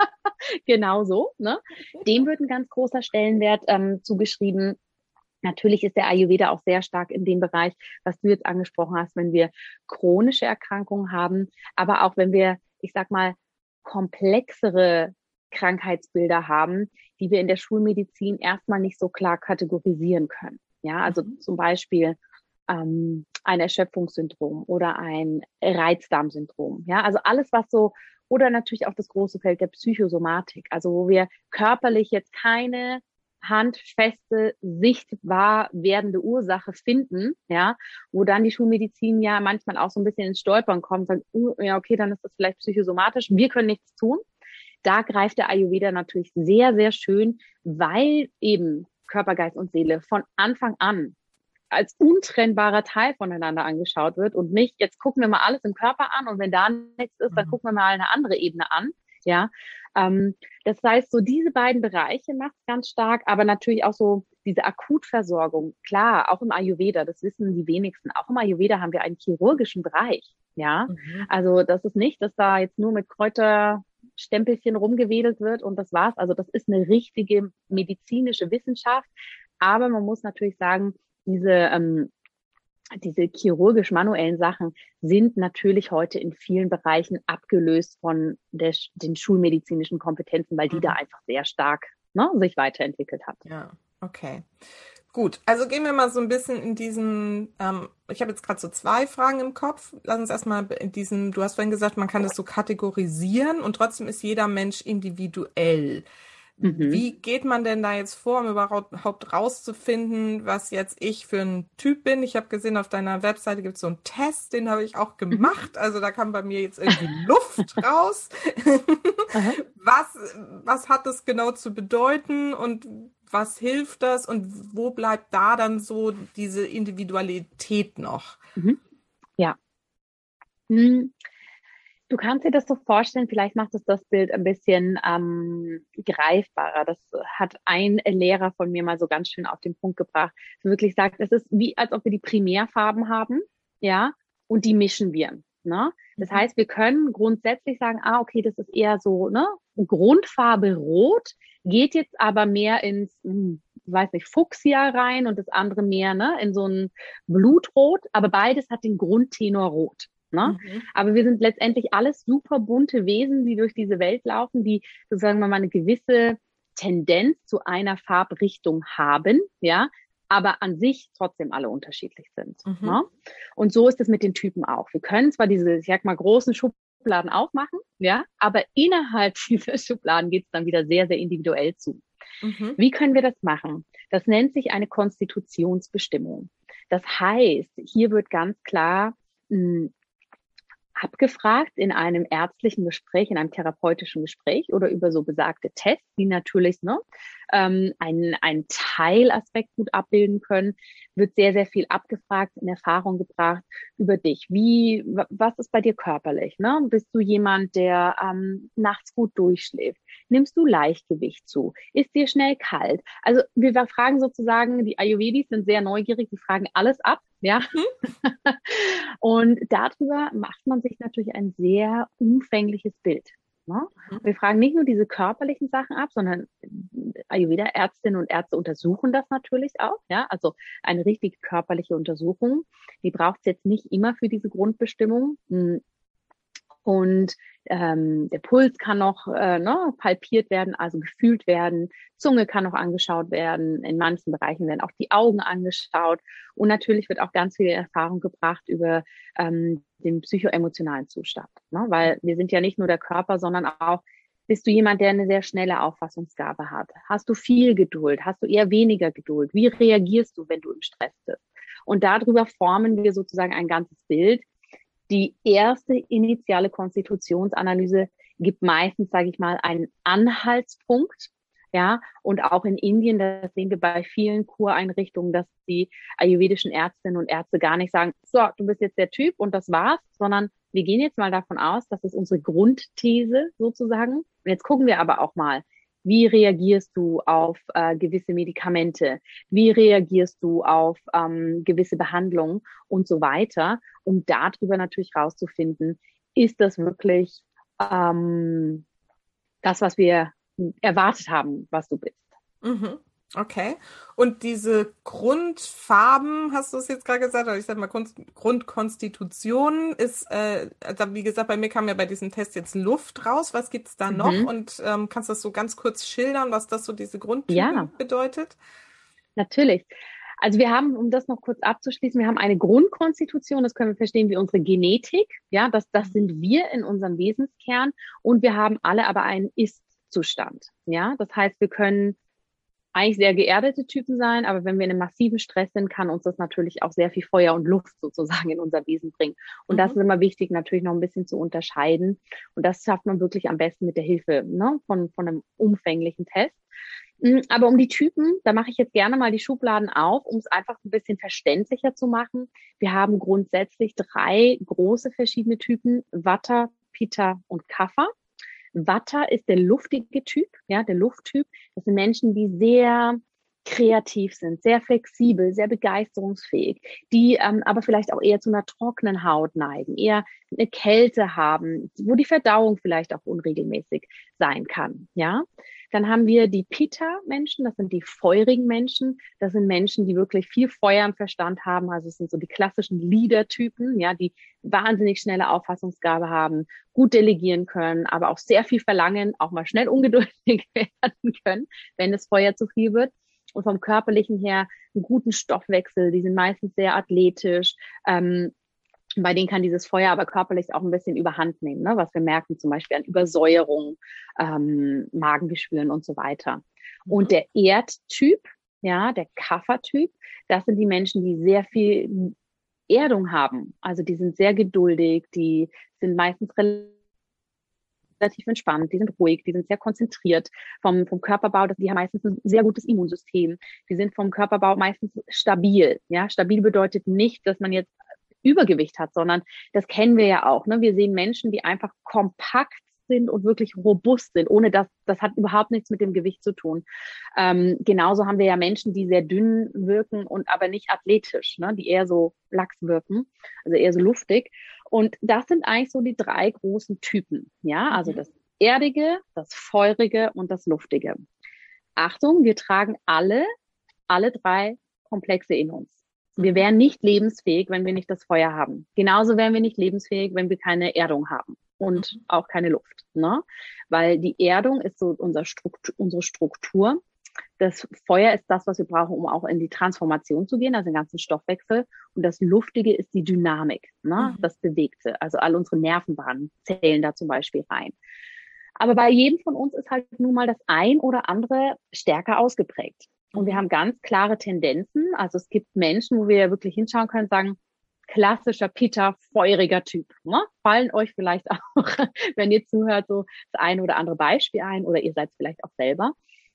Genau so, ne? Dem wird ein ganz großer Stellenwert ähm, zugeschrieben. Natürlich ist der Ayurveda auch sehr stark in dem Bereich, was du jetzt angesprochen hast, wenn wir chronische Erkrankungen haben, aber auch wenn wir, ich sag mal, komplexere Krankheitsbilder haben, die wir in der Schulmedizin erstmal nicht so klar kategorisieren können. Ja, also mhm. zum Beispiel ähm, ein Erschöpfungssyndrom oder ein Reizdarmsyndrom. Ja, also alles, was so, oder natürlich auch das große Feld der Psychosomatik, also wo wir körperlich jetzt keine handfeste, sichtbar werdende Ursache finden, ja, wo dann die Schulmedizin ja manchmal auch so ein bisschen ins Stolpern kommt und sagt, uh, ja, okay, dann ist das vielleicht psychosomatisch, wir können nichts tun. Da greift der Ayurveda natürlich sehr, sehr schön, weil eben Körper, Geist und Seele von Anfang an als untrennbarer Teil voneinander angeschaut wird und nicht, jetzt gucken wir mal alles im Körper an und wenn da nichts ist, dann gucken wir mal eine andere Ebene an, ja. Ähm, das heißt, so diese beiden Bereiche macht es ganz stark, aber natürlich auch so diese Akutversorgung. Klar, auch im Ayurveda, das wissen die wenigsten. Auch im Ayurveda haben wir einen chirurgischen Bereich, ja. Mhm. Also das ist nicht, dass da jetzt nur mit Kräuterstempelchen rumgewedelt wird und das war's. Also das ist eine richtige medizinische Wissenschaft. Aber man muss natürlich sagen, diese ähm, diese chirurgisch-manuellen Sachen sind natürlich heute in vielen Bereichen abgelöst von der, den schulmedizinischen Kompetenzen, weil die mhm. da einfach sehr stark ne, sich weiterentwickelt hat. Ja, okay. Gut, also gehen wir mal so ein bisschen in diesen, ähm, ich habe jetzt gerade so zwei Fragen im Kopf. Lass uns erstmal in diesen, du hast vorhin gesagt, man kann das so kategorisieren und trotzdem ist jeder Mensch individuell. Mhm. Wie geht man denn da jetzt vor, um überhaupt rauszufinden, was jetzt ich für ein Typ bin? Ich habe gesehen, auf deiner Webseite gibt es so einen Test, den habe ich auch gemacht. Also da kam bei mir jetzt irgendwie Luft raus. was, was hat das genau zu bedeuten und was hilft das und wo bleibt da dann so diese Individualität noch? Mhm. Ja. Mhm. Du kannst dir das so vorstellen, vielleicht macht es das Bild ein bisschen ähm, greifbarer. Das hat ein Lehrer von mir mal so ganz schön auf den Punkt gebracht. Der wirklich sagt, es ist wie, als ob wir die Primärfarben haben, ja, und die mischen wir. Ne? Das mhm. heißt, wir können grundsätzlich sagen, ah, okay, das ist eher so, ne, Grundfarbe Rot, geht jetzt aber mehr ins, hm, weiß nicht, Fuchsia rein und das andere mehr, ne, in so ein Blutrot, aber beides hat den Grundtenor Rot. Ne? Mhm. Aber wir sind letztendlich alles super bunte Wesen, die durch diese Welt laufen, die sozusagen mal eine gewisse Tendenz zu einer Farbrichtung haben, ja, aber an sich trotzdem alle unterschiedlich sind. Mhm. Ne? Und so ist es mit den Typen auch. Wir können zwar diese, ich sag mal, großen Schubladen aufmachen, ja, aber innerhalb dieser Schubladen geht es dann wieder sehr, sehr individuell zu. Mhm. Wie können wir das machen? Das nennt sich eine Konstitutionsbestimmung. Das heißt, hier wird ganz klar, mh, abgefragt in einem ärztlichen Gespräch, in einem therapeutischen Gespräch oder über so besagte Tests, die natürlich ne, ähm, einen, einen Teilaspekt gut abbilden können, wird sehr, sehr viel abgefragt, in Erfahrung gebracht über dich. Wie, was ist bei dir körperlich? Ne? Bist du jemand, der ähm, nachts gut durchschläft? Nimmst du Leichtgewicht zu? Ist dir schnell kalt? Also wir fragen sozusagen, die Ayurvedis sind sehr neugierig, die fragen alles ab, ja. Und darüber macht man sich natürlich ein sehr umfängliches Bild. Ne? Wir fragen nicht nur diese körperlichen Sachen ab, sondern Ayurveda-Ärztinnen und Ärzte untersuchen das natürlich auch. Ja, also eine richtig körperliche Untersuchung. Die braucht es jetzt nicht immer für diese Grundbestimmung. Und ähm, der Puls kann noch äh, ne, palpiert werden, also gefühlt werden. Zunge kann noch angeschaut werden. In manchen Bereichen werden auch die Augen angeschaut. Und natürlich wird auch ganz viel Erfahrung gebracht über ähm, den psychoemotionalen Zustand. Ne? Weil wir sind ja nicht nur der Körper, sondern auch, bist du jemand, der eine sehr schnelle Auffassungsgabe hat? Hast du viel Geduld? Hast du eher weniger Geduld? Wie reagierst du, wenn du im Stress bist? Und darüber formen wir sozusagen ein ganzes Bild. Die erste initiale Konstitutionsanalyse gibt meistens, sage ich mal, einen Anhaltspunkt. Ja, und auch in Indien, das sehen wir bei vielen Kureinrichtungen, dass die ayurvedischen Ärztinnen und Ärzte gar nicht sagen, so, du bist jetzt der Typ und das war's, sondern wir gehen jetzt mal davon aus, das ist unsere Grundthese sozusagen. Und jetzt gucken wir aber auch mal, wie reagierst du auf äh, gewisse Medikamente? Wie reagierst du auf ähm, gewisse Behandlungen und so weiter, um darüber natürlich rauszufinden, ist das wirklich ähm, das, was wir erwartet haben, was du bist. Mhm. Okay. Und diese Grundfarben, hast du es jetzt gerade gesagt, oder ich sag mal Grund, Grundkonstitution ist, äh, also wie gesagt, bei mir kam ja bei diesem Test jetzt Luft raus. Was gibt's da noch? Mhm. Und ähm, kannst du das so ganz kurz schildern, was das so diese Grundtypen Ja, bedeutet? natürlich. Also wir haben, um das noch kurz abzuschließen, wir haben eine Grundkonstitution, das können wir verstehen wie unsere Genetik. Ja, das, das sind wir in unserem Wesenskern und wir haben alle aber einen Ist-Zustand. Ja, das heißt, wir können eigentlich sehr geerdete Typen sein, aber wenn wir in einem massiven Stress sind, kann uns das natürlich auch sehr viel Feuer und Luft sozusagen in unser Wesen bringen. Und mhm. das ist immer wichtig, natürlich noch ein bisschen zu unterscheiden. Und das schafft man wirklich am besten mit der Hilfe ne, von, von einem umfänglichen Test. Aber um die Typen, da mache ich jetzt gerne mal die Schubladen auf, um es einfach ein bisschen verständlicher zu machen. Wir haben grundsätzlich drei große verschiedene Typen, Vata, Pitta und Kapha. Vata ist der luftige Typ, ja, der Lufttyp. Das sind Menschen, die sehr kreativ sind, sehr flexibel, sehr begeisterungsfähig, die ähm, aber vielleicht auch eher zu einer trockenen Haut neigen, eher eine Kälte haben, wo die Verdauung vielleicht auch unregelmäßig sein kann, ja. Dann haben wir die Pitta-Menschen, das sind die feurigen Menschen. Das sind Menschen, die wirklich viel Feuer im Verstand haben. Also es sind so die klassischen Leader-Typen, ja, die wahnsinnig schnelle Auffassungsgabe haben, gut delegieren können, aber auch sehr viel verlangen, auch mal schnell ungeduldig werden können, wenn das Feuer zu viel wird. Und vom Körperlichen her einen guten Stoffwechsel. Die sind meistens sehr athletisch. Ähm, Bei denen kann dieses Feuer aber körperlich auch ein bisschen überhand nehmen, ne? Was wir merken zum Beispiel an Übersäuerung, ähm, Magengeschwüren und so weiter. Mhm. Und der Erdtyp, ja, der Kapha-Typ, das sind die Menschen, die sehr viel Erdung haben. Also die sind sehr geduldig, die sind meistens relativ entspannt, die sind ruhig, die sind sehr konzentriert vom, vom Körperbau, die haben meistens ein sehr gutes Immunsystem. Die sind vom Körperbau meistens stabil. Ja, stabil bedeutet nicht, dass man jetzt Übergewicht hat, sondern das kennen wir ja auch. Ne? Wir sehen Menschen, die einfach kompakt sind und wirklich robust sind, ohne dass, das hat überhaupt nichts mit dem Gewicht zu tun. Ähm, genauso haben wir ja Menschen, die sehr dünn wirken und aber nicht athletisch, ne? Die eher so lax wirken, also eher so luftig. Und das sind eigentlich so die drei großen Typen, ja, also das Erdige, das Feurige und das Luftige. Achtung, wir tragen alle, alle drei Komplexe in uns. Wir wären nicht lebensfähig, wenn wir nicht das Feuer haben. Genauso wären wir nicht lebensfähig, wenn wir keine Erdung haben und auch keine Luft, ne? Weil die Erdung ist so unser Struktur, unsere Struktur. Das Feuer ist das, was wir brauchen, um auch in die Transformation zu gehen, also den ganzen Stoffwechsel. Und das Luftige ist die Dynamik, ne? Mhm. Das Bewegte. Also all unsere Nervenbahnen zählen da zum Beispiel rein. Aber bei jedem von uns ist halt nun mal das ein oder andere stärker ausgeprägt. Und wir haben ganz klare Tendenzen. Also es gibt Menschen, wo wir ja wirklich hinschauen können und sagen, klassischer Pitta, feuriger Typ. Ne? Fallen euch vielleicht auch, wenn ihr zuhört, so das eine oder andere Beispiel ein oder ihr seid es vielleicht auch selber.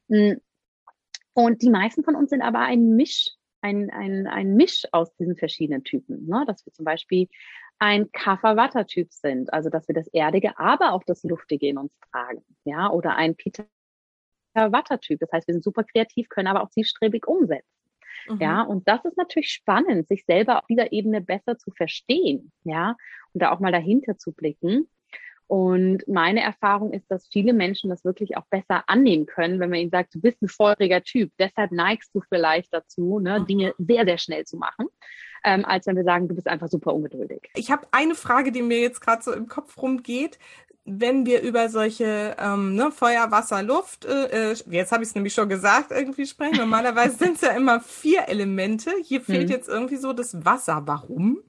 Und die meisten von uns sind aber ein Misch, ein, ein, ein Misch aus diesen verschiedenen Typen. Ne? Dass wir zum Beispiel ein Kapha-Vata-Typ sind, also dass wir das Erdige, aber auch das Luftige in uns tragen. Ja, oder ein Pitta-Vata-Typ. Das heißt, wir sind super kreativ, können aber auch zielstrebig umsetzen. Mhm. Ja, und das ist natürlich spannend, sich selber auf dieser Ebene besser zu verstehen, ja, und da auch mal dahinter zu blicken. Und meine Erfahrung ist, dass viele Menschen das wirklich auch besser annehmen können, wenn man ihnen sagt, du bist ein feuriger Typ, deshalb neigst du vielleicht dazu, ne, Dinge sehr, sehr schnell zu machen, ähm, als wenn wir sagen, du bist einfach super ungeduldig. Ich habe eine Frage, die mir jetzt gerade so im Kopf rumgeht. Wenn wir über solche ähm, ne, Feuer, Wasser, Luft, äh, jetzt habe ich es nämlich schon gesagt, irgendwie sprechen. Normalerweise sind es ja immer vier Elemente. Hier fehlt hm. jetzt irgendwie so das Wasser. Warum?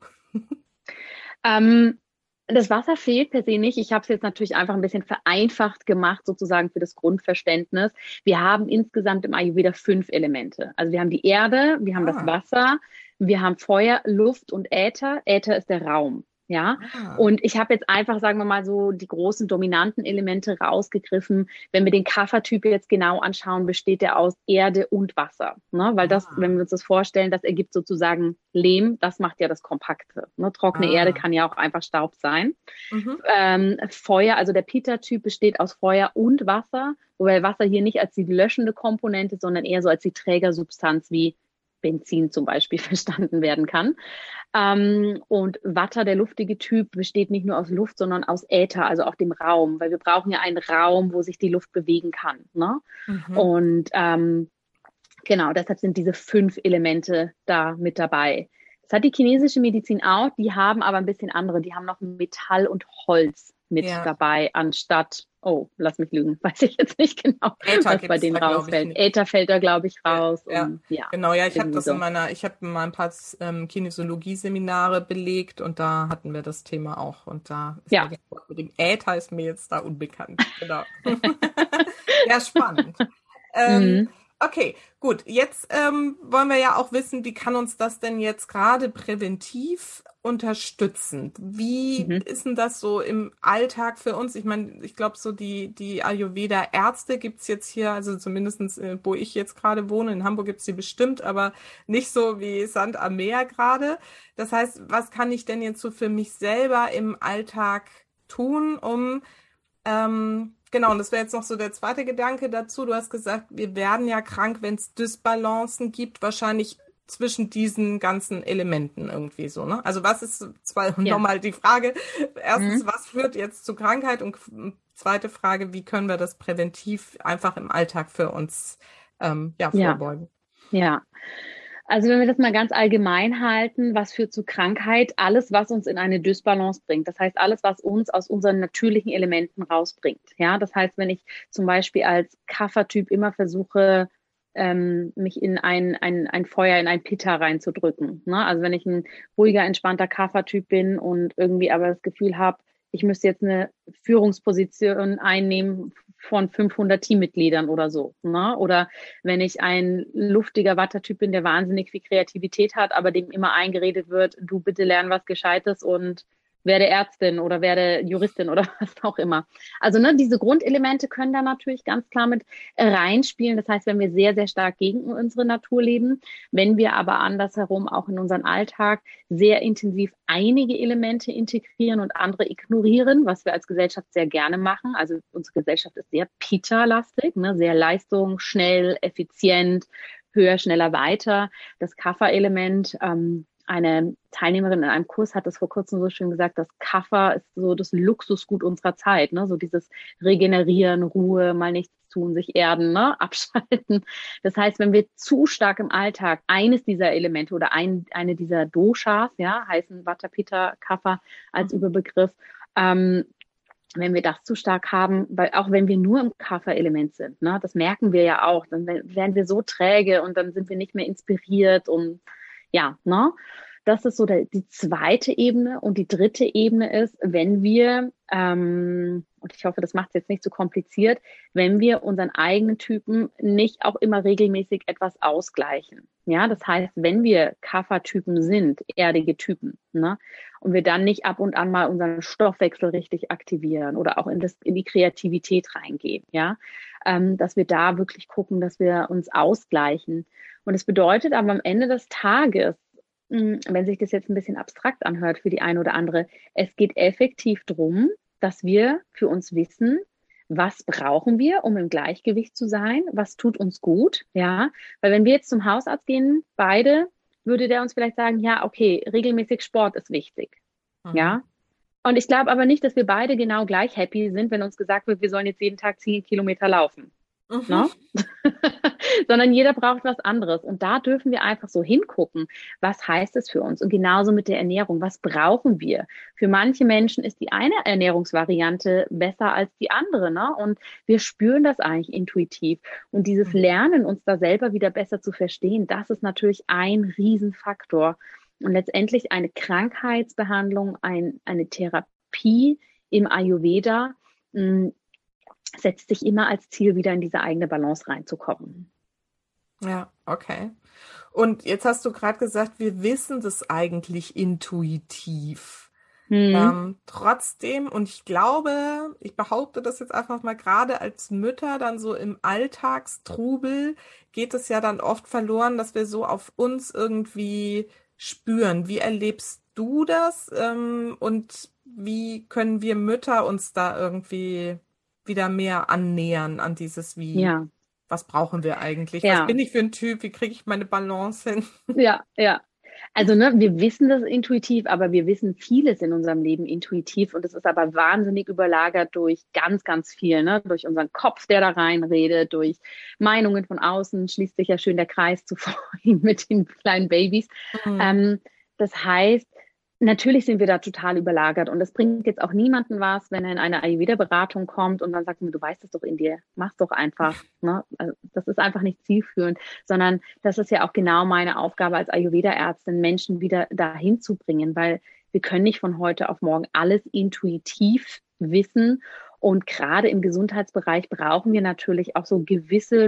Ähm, das Wasser fehlt per se nicht. Ich habe es jetzt natürlich einfach ein bisschen vereinfacht gemacht, sozusagen für das Grundverständnis. Wir haben insgesamt im Ayurveda fünf Elemente. Also wir haben die Erde, wir haben ah. das Wasser, wir haben Feuer, Luft und Äther. Äther ist der Raum. Ja, ah. und ich habe jetzt einfach, sagen wir mal so, die großen dominanten Elemente rausgegriffen. Wenn wir den Kapha-Typ jetzt genau anschauen, besteht er aus Erde und Wasser. Ne? Weil das, ah. wenn wir uns das vorstellen, das ergibt sozusagen Lehm, das macht ja das Kompakte. Ne? Trockene ah. Erde kann ja auch einfach Staub sein. Mhm. Ähm, Feuer, also der Pitta-Typ besteht aus Feuer und Wasser, wobei Wasser hier nicht als die löschende Komponente, sondern eher so als die Trägersubstanz wie Benzin zum Beispiel verstanden werden kann. Ähm, und Vata, der luftige Typ, besteht nicht nur aus Luft, sondern aus Äther, also auch dem Raum, weil wir brauchen ja einen Raum, wo sich die Luft bewegen kann. Ne? Mhm. Und ähm, genau, deshalb sind diese fünf Elemente da mit dabei. Das hat die chinesische Medizin auch, die haben aber ein bisschen andere, die haben noch Metall und Holz mit ja. dabei, anstatt, oh, lass mich lügen, weiß ich jetzt nicht genau, Äther was bei denen da, rausfällt. Äther fällt da, glaube ich, raus. Ja, und, ja. Genau, ja, ich habe das so. in meiner, ich habe mal ein paar ähm, Kinesiologie-Seminare belegt und da hatten wir das Thema auch und da ist ja. das Wort mit dem Äther ist mir jetzt da unbekannt. Genau. Ja, spannend. ähm, mhm. Okay, gut. Jetzt ähm, wollen wir ja auch wissen, wie kann uns das denn jetzt gerade präventiv unterstützen? Wie mhm. ist denn das so im Alltag für uns? Ich meine, ich glaube, so die die Ayurveda-Ärzte gibt's jetzt hier, also zumindestens äh, wo ich jetzt gerade wohne, in Hamburg gibt's die bestimmt, aber nicht so wie Sand am Meer gerade. Das heißt, was kann ich denn jetzt so für mich selber im Alltag tun, um ähm, genau, und das wäre jetzt noch so der zweite Gedanke dazu. Du hast gesagt, wir werden ja krank, wenn es Dysbalancen gibt, wahrscheinlich zwischen diesen ganzen Elementen irgendwie so, ne? Also was ist, zwar ja. nochmal die Frage, erstens, mhm. was führt jetzt zu Krankheit? Und zweite Frage, wie können wir das präventiv einfach im Alltag für uns ähm, ja, vorbeugen? Ja. ja. Also wenn wir das mal ganz allgemein halten, was führt zu Krankheit? Alles, was uns in eine Dysbalance bringt. Das heißt, alles, was uns aus unseren natürlichen Elementen rausbringt. Ja, das heißt, wenn ich zum Beispiel als Kapha-Typ immer versuche, ähm, mich in ein, ein, ein Feuer, in ein Pitta reinzudrücken. Ne? Also wenn ich ein ruhiger, entspannter Kapha-Typ bin und irgendwie aber das Gefühl habe, ich müsste jetzt eine Führungsposition einnehmen von fünfhundert Teammitgliedern oder so. Ne? Oder wenn ich ein luftiger Vata-Typ bin, der wahnsinnig viel Kreativität hat, aber dem immer eingeredet wird, du bitte lern was Gescheites und werde Ärztin oder werde Juristin oder was auch immer. Also ne, diese Grundelemente können da natürlich ganz klar mit reinspielen. Das heißt, wenn wir sehr, sehr stark gegen unsere Natur leben, wenn wir aber andersherum auch in unseren Alltag sehr intensiv einige Elemente integrieren und andere ignorieren, was wir als Gesellschaft sehr gerne machen. Also unsere Gesellschaft ist sehr Pitta-lastig, ne, sehr Leistung, schnell, effizient, höher, schneller, weiter. Das Kapha-Element, ähm, eine Teilnehmerin in einem Kurs hat das vor kurzem so schön gesagt, das Kapha ist so das Luxusgut unserer Zeit, ne? So dieses Regenerieren, Ruhe, mal nichts tun, sich erden, ne? Abschalten. Das heißt, wenn wir zu stark im Alltag eines dieser Elemente oder ein, eine dieser Doshas, ja, heißen Vata, Pitta, Kapha als Überbegriff, ähm, wenn wir das zu stark haben, weil auch wenn wir nur im Kapha-Element sind, ne, das merken wir ja auch, dann werden wir so träge und dann sind wir nicht mehr inspiriert und ja, ne? Das ist so der, die zweite Ebene. Und die dritte Ebene ist, wenn wir, ähm, und und ich hoffe, das macht es jetzt nicht zu kompliziert, wenn wir unseren eigenen Typen nicht auch immer regelmäßig etwas ausgleichen. Ja, das heißt, wenn wir Kapha-Typen sind, erdige Typen, ne, und wir dann nicht ab und an mal unseren Stoffwechsel richtig aktivieren oder auch in, das, in die Kreativität reingehen, ja, ähm, dass wir da wirklich gucken, dass wir uns ausgleichen. Und es bedeutet aber am Ende des Tages, wenn sich das jetzt ein bisschen abstrakt anhört für die eine oder andere, es geht effektiv darum, dass wir für uns wissen, was brauchen wir, um im Gleichgewicht zu sein, was tut uns gut, ja, weil wenn wir jetzt zum Hausarzt gehen, beide, würde der uns vielleicht sagen, ja, okay, regelmäßig Sport ist wichtig, mhm. ja, und ich glaube aber nicht, dass wir beide genau gleich happy sind, wenn uns gesagt wird, wir sollen jetzt jeden Tag zehn Kilometer laufen. Mhm. Ne? Sondern jeder braucht was anderes. Und da dürfen wir einfach so hingucken, was heißt es für uns? Und genauso mit der Ernährung, was brauchen wir? Für manche Menschen ist die eine Ernährungsvariante besser als die andere. Ne? Und wir spüren das eigentlich intuitiv. Und dieses Lernen, uns da selber wieder besser zu verstehen, das ist natürlich ein Riesenfaktor. Und letztendlich eine Krankheitsbehandlung, ein, eine Therapie im Ayurveda, mh, setzt sich immer als Ziel, wieder in diese eigene Balance reinzukommen. Ja, okay. Und jetzt hast du gerade gesagt, wir wissen das eigentlich intuitiv. Mhm. Ähm, trotzdem, und ich glaube, ich behaupte das jetzt einfach mal, gerade als Mütter dann so im Alltagstrubel geht es ja dann oft verloren, dass wir so auf uns irgendwie spüren. Wie erlebst du das? Ähm, und wie können wir Mütter uns da irgendwie wieder mehr annähern an dieses Wie, ja. Was brauchen wir eigentlich? Ja. Was bin ich für ein Typ? Wie kriege ich meine Balance hin? Ja, ja. Also ne, wir wissen das intuitiv, aber wir wissen vieles in unserem Leben intuitiv und es ist aber wahnsinnig überlagert durch ganz, ganz viel, ne? Durch unseren Kopf, der da reinredet, durch Meinungen von außen, schließt sich ja schön der Kreis zu vorhin mit den kleinen Babys. Mhm. Ähm, das heißt, natürlich sind wir da total überlagert und das bringt jetzt auch niemanden was, wenn er in eine Ayurveda-Beratung kommt und dann sagt mir, du weißt es doch in dir, mach's doch einfach. Ne? Also das ist einfach nicht zielführend, sondern das ist ja auch genau meine Aufgabe als Ayurveda-Ärztin, Menschen wieder dahin zu bringen, weil wir können nicht von heute auf morgen alles intuitiv wissen und gerade im Gesundheitsbereich brauchen wir natürlich auch so gewisse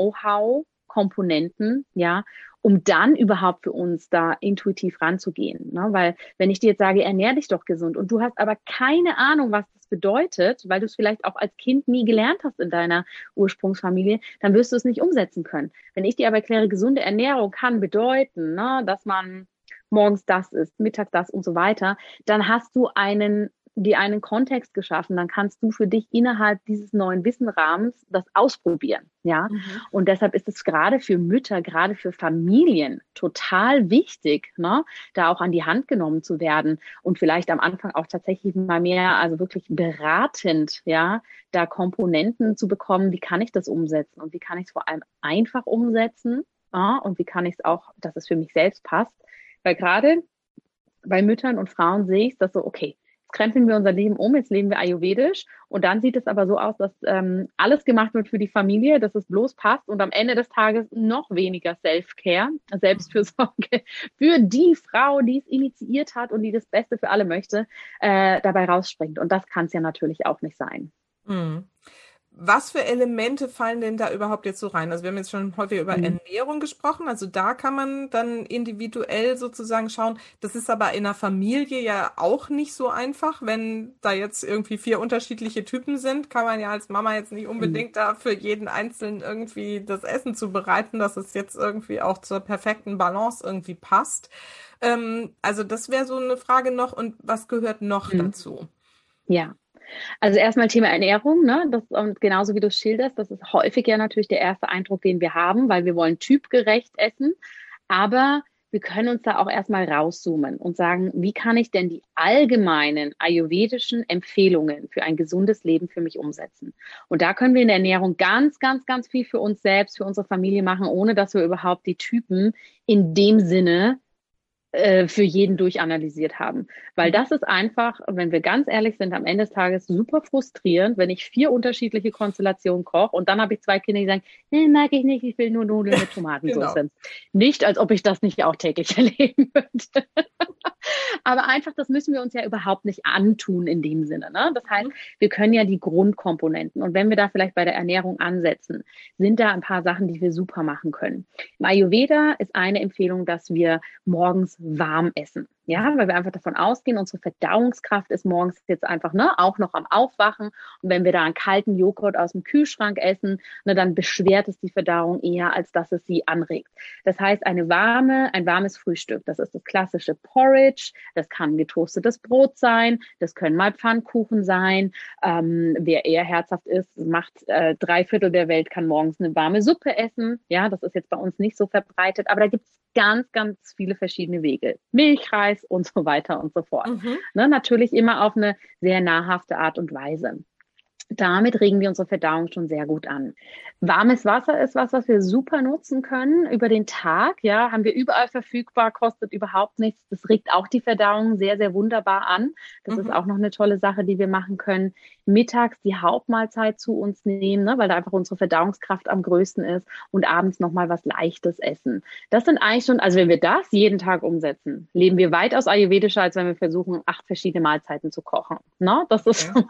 Know-how-Komponenten, ja, um dann überhaupt für uns da intuitiv ranzugehen. Ne? Weil wenn ich dir jetzt sage, ernähr dich doch gesund und du hast aber keine Ahnung, was das bedeutet, weil du es vielleicht auch als Kind nie gelernt hast in deiner Ursprungsfamilie, dann wirst du es nicht umsetzen können. Wenn ich dir aber erkläre, gesunde Ernährung kann bedeuten, ne, dass man morgens das isst, mittags das und so weiter, dann hast du einen dir einen Kontext geschaffen, dann kannst du für dich innerhalb dieses neuen Wissenrahmens das ausprobieren, ja. Mhm. Und deshalb ist es gerade für Mütter, gerade für Familien total wichtig, ne, da auch an die Hand genommen zu werden und vielleicht am Anfang auch tatsächlich mal mehr, also wirklich beratend, ja, da Komponenten zu bekommen, wie kann ich das umsetzen und wie kann ich es vor allem einfach umsetzen, ja, und wie kann ich es auch, dass es für mich selbst passt, weil gerade bei Müttern und Frauen sehe ich das so, okay, krempeln wir unser Leben um, jetzt leben wir ayurvedisch und dann sieht es aber so aus, dass ähm, alles gemacht wird für die Familie, dass es bloß passt und am Ende des Tages noch weniger Self-Care, Selbstfürsorge für die Frau, die es initiiert hat und die das Beste für alle möchte, äh, dabei rausspringt. Und das kann es ja natürlich auch nicht sein. Mhm. Was für Elemente fallen denn da überhaupt jetzt so rein? Also wir haben jetzt schon häufig über mhm. Ernährung gesprochen, also da kann man dann individuell sozusagen schauen. Das ist aber in der Familie ja auch nicht so einfach, wenn da jetzt irgendwie vier unterschiedliche Typen sind, kann man ja als Mama jetzt nicht unbedingt mhm. da für jeden Einzelnen irgendwie das Essen zubereiten, dass es jetzt irgendwie auch zur perfekten Balance irgendwie passt. Ähm, also das wäre so eine Frage noch. Und was gehört noch mhm. dazu? Ja. Also erstmal Thema Ernährung, ne? Das, und genauso wie du es schilderst, das ist häufig ja natürlich der erste Eindruck, den wir haben, weil wir wollen typgerecht essen, aber wir können uns da auch erstmal rauszoomen und sagen, wie kann ich denn die allgemeinen ayurvedischen Empfehlungen für ein gesundes Leben für mich umsetzen? Und da können wir in der Ernährung ganz, ganz, ganz viel für uns selbst, für unsere Familie machen, ohne dass wir überhaupt die Typen in dem Sinne äh, für jeden durchanalysiert haben. Weil das ist einfach, wenn wir ganz ehrlich sind, am Ende des Tages super frustrierend, wenn ich vier unterschiedliche Konstellationen koche und dann habe ich zwei Kinder, die sagen, nee, mag ich nicht, ich will nur Nudeln mit Tomatensauce. Genau. Nicht, als ob ich das nicht auch täglich erleben würde. Aber einfach, das müssen wir uns ja überhaupt nicht antun in dem Sinne. Ne? Das heißt, wir können ja die Grundkomponenten. Und wenn wir da vielleicht bei der Ernährung ansetzen, sind da ein paar Sachen, die wir super machen können. Im Ayurveda ist eine Empfehlung, dass wir morgens warm essen. Ja, weil wir einfach davon ausgehen, unsere Verdauungskraft ist morgens jetzt einfach ne, auch noch am Aufwachen. Und wenn wir da einen kalten Joghurt aus dem Kühlschrank essen, ne, dann beschwert es die Verdauung eher, als dass es sie anregt. Das heißt, eine warme, ein warmes Frühstück, das ist das klassische Porridge, das kann getoastetes Brot sein, das können mal Pfannkuchen sein. Ähm, wer eher herzhaft ist, macht äh, drei Viertel der Welt, kann morgens eine warme Suppe essen. Ja, das ist jetzt bei uns nicht so verbreitet, aber da gibt es ganz, ganz viele verschiedene Wege. Milchreis und so weiter und so fort. Mhm. Ne, natürlich immer auf eine sehr nahrhafte Art und Weise. Damit regen wir unsere Verdauung schon sehr gut an. Warmes Wasser ist was, was wir super nutzen können über den Tag. Ja, haben wir überall verfügbar, kostet überhaupt nichts. Das regt auch die Verdauung sehr, sehr wunderbar an. Das mhm. ist auch noch eine tolle Sache, die wir machen können. Mittags die Hauptmahlzeit zu uns nehmen, ne, weil da einfach unsere Verdauungskraft am größten ist und abends nochmal was Leichtes essen. Das sind eigentlich schon, also wenn wir das jeden Tag umsetzen, leben wir weitaus ayurvedischer, als wenn wir versuchen, acht verschiedene Mahlzeiten zu kochen. Ne? Das ist okay.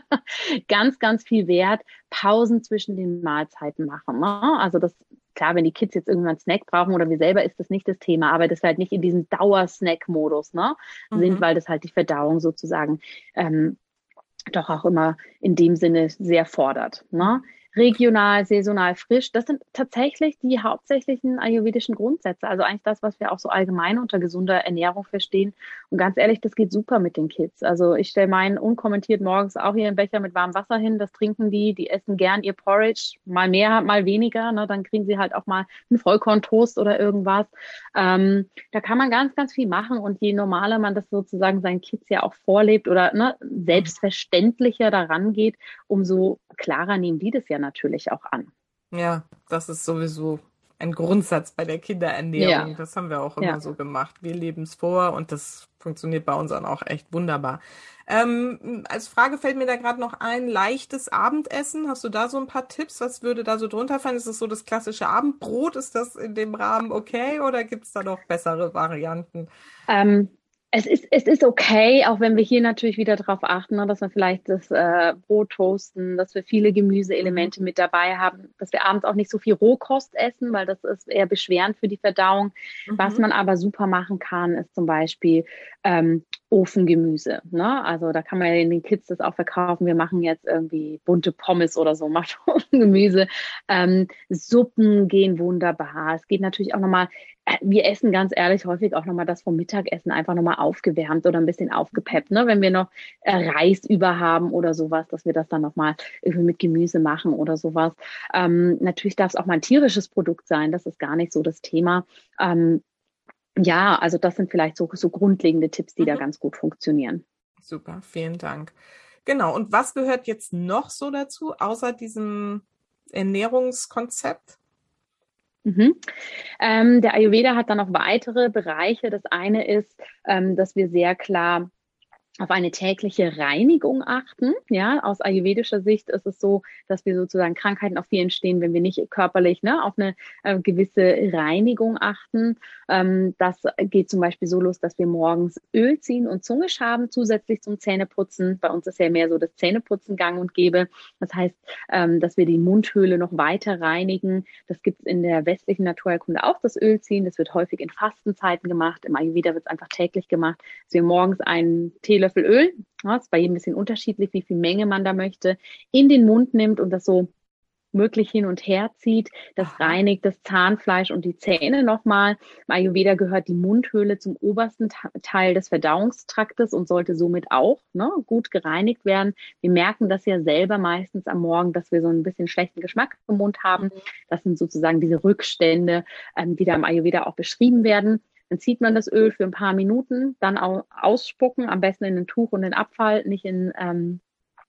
ganz, ganz viel wert, Pausen zwischen den Mahlzeiten machen. Ne? Also das, klar, wenn die Kids jetzt irgendwann einen Snack brauchen oder wir selber, ist das nicht das Thema, aber das halt nicht in diesem Dauersnack-Modus ne, mhm. sind, weil das halt die Verdauung sozusagen ähm, doch auch immer in dem Sinne sehr fordert. Ne? Regional, saisonal, frisch, das sind tatsächlich die hauptsächlichen ayurvedischen Grundsätze. Also eigentlich das, was wir auch so allgemein unter gesunder Ernährung verstehen. Und ganz ehrlich, das geht super mit den Kids. Also ich stelle meinen unkommentiert morgens auch hier einen Becher mit warmem Wasser hin. Das trinken die. Die essen gern ihr Porridge. Mal mehr, mal weniger. Ne? Dann kriegen sie halt auch mal einen Vollkorntoast oder irgendwas. Ähm, da kann man ganz, ganz viel machen. Und je normaler man das sozusagen seinen Kids ja auch vorlebt oder ne, selbstverständlicher daran geht, umso klarer nehmen die das ja natürlich auch an. Ja, das ist sowieso ein Grundsatz bei der Kinderernährung. Ja. Das haben wir auch immer ja. so gemacht. Wir leben es vor und das funktioniert bei uns dann auch echt wunderbar. Ähm, als Frage fällt mir da gerade noch ein, leichtes Abendessen. Hast du da so ein paar Tipps? Was würde da so drunter fallen? Ist das so das klassische Abendbrot? Ist das in dem Rahmen okay oder gibt es da noch bessere Varianten? Ähm, Es ist, es ist okay, auch wenn wir hier natürlich wieder darauf achten, ne, dass wir vielleicht das äh, Brot toasten, dass wir viele Gemüseelemente mit dabei haben, dass wir abends auch nicht so viel Rohkost essen, weil das ist eher beschwerend für die Verdauung. Mhm. Was man aber super machen kann, ist zum Beispiel ähm, Ofengemüse. Ne? Also da kann man ja den Kids das auch verkaufen. Wir machen jetzt irgendwie bunte Pommes oder so, macht Ofengemüse. Ähm, Suppen gehen wunderbar. Es geht natürlich auch nochmal, wir essen ganz ehrlich häufig auch nochmal das vom Mittagessen einfach nochmal aufgewärmt oder ein bisschen aufgepeppt, ne? Wenn wir noch äh, Reis über haben oder sowas, dass wir das dann nochmal irgendwie mit Gemüse machen oder sowas. Ähm, natürlich darf es auch mal ein tierisches Produkt sein, das ist gar nicht so das Thema. Ähm, ja, also das sind vielleicht so, so grundlegende Tipps, die mhm. da ganz gut funktionieren. Super, vielen Dank. Genau, und was gehört jetzt noch so dazu, außer diesem Ernährungskonzept? Mhm. Ähm, der Ayurveda hat dann noch weitere Bereiche. Das eine ist, ähm, dass wir sehr klar auf eine tägliche Reinigung achten. Ja, aus ayurvedischer Sicht ist es so, dass wir sozusagen Krankheiten auch viel entstehen, wenn wir nicht körperlich ne, auf eine äh, gewisse Reinigung achten. Ähm, das geht zum Beispiel so los, dass wir morgens Öl ziehen und Zunge schaben, zusätzlich zum Zähneputzen. Bei uns ist ja mehr so das Zähneputzen gang und gäbe. Das heißt, ähm, dass wir die Mundhöhle noch weiter reinigen. Das gibt es in der westlichen Naturheilkunde auch, das Ölziehen. Das wird häufig in Fastenzeiten gemacht. Im Ayurveda wird es einfach täglich gemacht, dass wir morgens einen Teelöffel Öl, das ist bei jedem ein bisschen unterschiedlich, wie viel Menge man da möchte, in den Mund nimmt und das so möglich hin und her zieht. Das Aha. reinigt das Zahnfleisch und die Zähne nochmal. Im Ayurveda gehört die Mundhöhle zum obersten Teil des Verdauungstraktes und sollte somit auch ne, gut gereinigt werden. Wir merken das ja selber meistens am Morgen, dass wir so ein bisschen schlechten Geschmack im Mund haben. Das sind sozusagen diese Rückstände, ähm, die da im Ayurveda auch beschrieben werden. Dann zieht man das Öl für ein paar Minuten, dann auch ausspucken, am besten in ein Tuch und in Abfall, nicht in, ähm,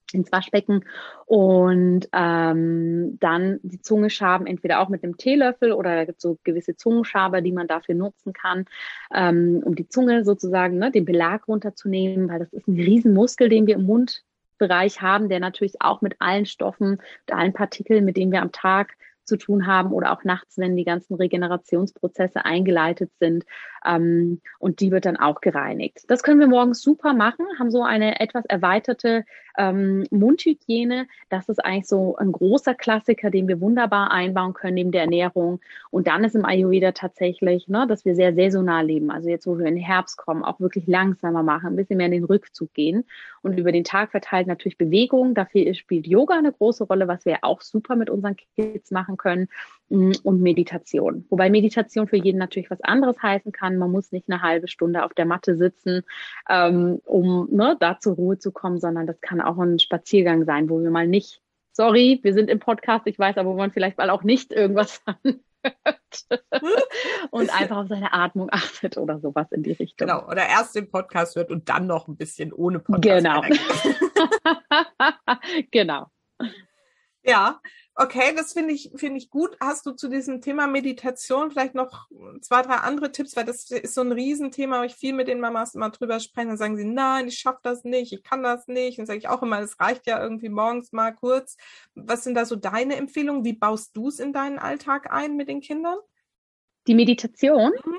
ins Waschbecken und ähm, dann die Zunge schaben, entweder auch mit einem Teelöffel oder da gibt es so gewisse Zungenschaber, die man dafür nutzen kann, ähm, um die Zunge sozusagen, ne, den Belag runterzunehmen, weil das ist ein Riesenmuskel, den wir im Mundbereich haben, der natürlich auch mit allen Stoffen, mit allen Partikeln, mit denen wir am Tag zu tun haben oder auch nachts, wenn die ganzen Regenerationsprozesse eingeleitet sind, ähm, und die wird dann auch gereinigt. Das können wir morgens super machen, haben so eine etwas erweiterte ähm, Mundhygiene. Das ist eigentlich so ein großer Klassiker, den wir wunderbar einbauen können neben der Ernährung. Und dann ist im Ayurveda tatsächlich, ne, dass wir sehr saisonal leben. Also jetzt, wo wir in den Herbst kommen, auch wirklich langsamer machen, ein bisschen mehr in den Rückzug gehen und über den Tag verteilt natürlich Bewegung. Dafür spielt Yoga eine große Rolle, was wir auch super mit unseren Kids machen können, und Meditation. Wobei Meditation für jeden natürlich was anderes heißen kann. Man muss nicht eine halbe Stunde auf der Matte sitzen, ähm, um ne, da zur Ruhe zu kommen, sondern das kann auch ein Spaziergang sein, wo wir mal nicht, sorry, wir sind im Podcast, ich weiß, aber wo man vielleicht mal auch nicht irgendwas anhört und einfach auf seine Atmung achtet oder sowas in die Richtung. Genau, oder erst den Podcast hört und dann noch ein bisschen ohne Podcast. Genau. Genau. Ja, okay, das finde ich, finde ich gut. Hast du zu diesem Thema Meditation vielleicht noch zwei, drei andere Tipps? Weil das ist so ein Riesenthema, wo ich viel mit den Mamas immer drüber spreche. Dann sagen sie, nein, ich schaffe das nicht, ich kann das nicht. Dann sage ich auch immer, es reicht ja irgendwie morgens mal kurz. Was sind da so deine Empfehlungen? Wie baust du es in deinen Alltag ein mit den Kindern? Die Meditation? Mhm.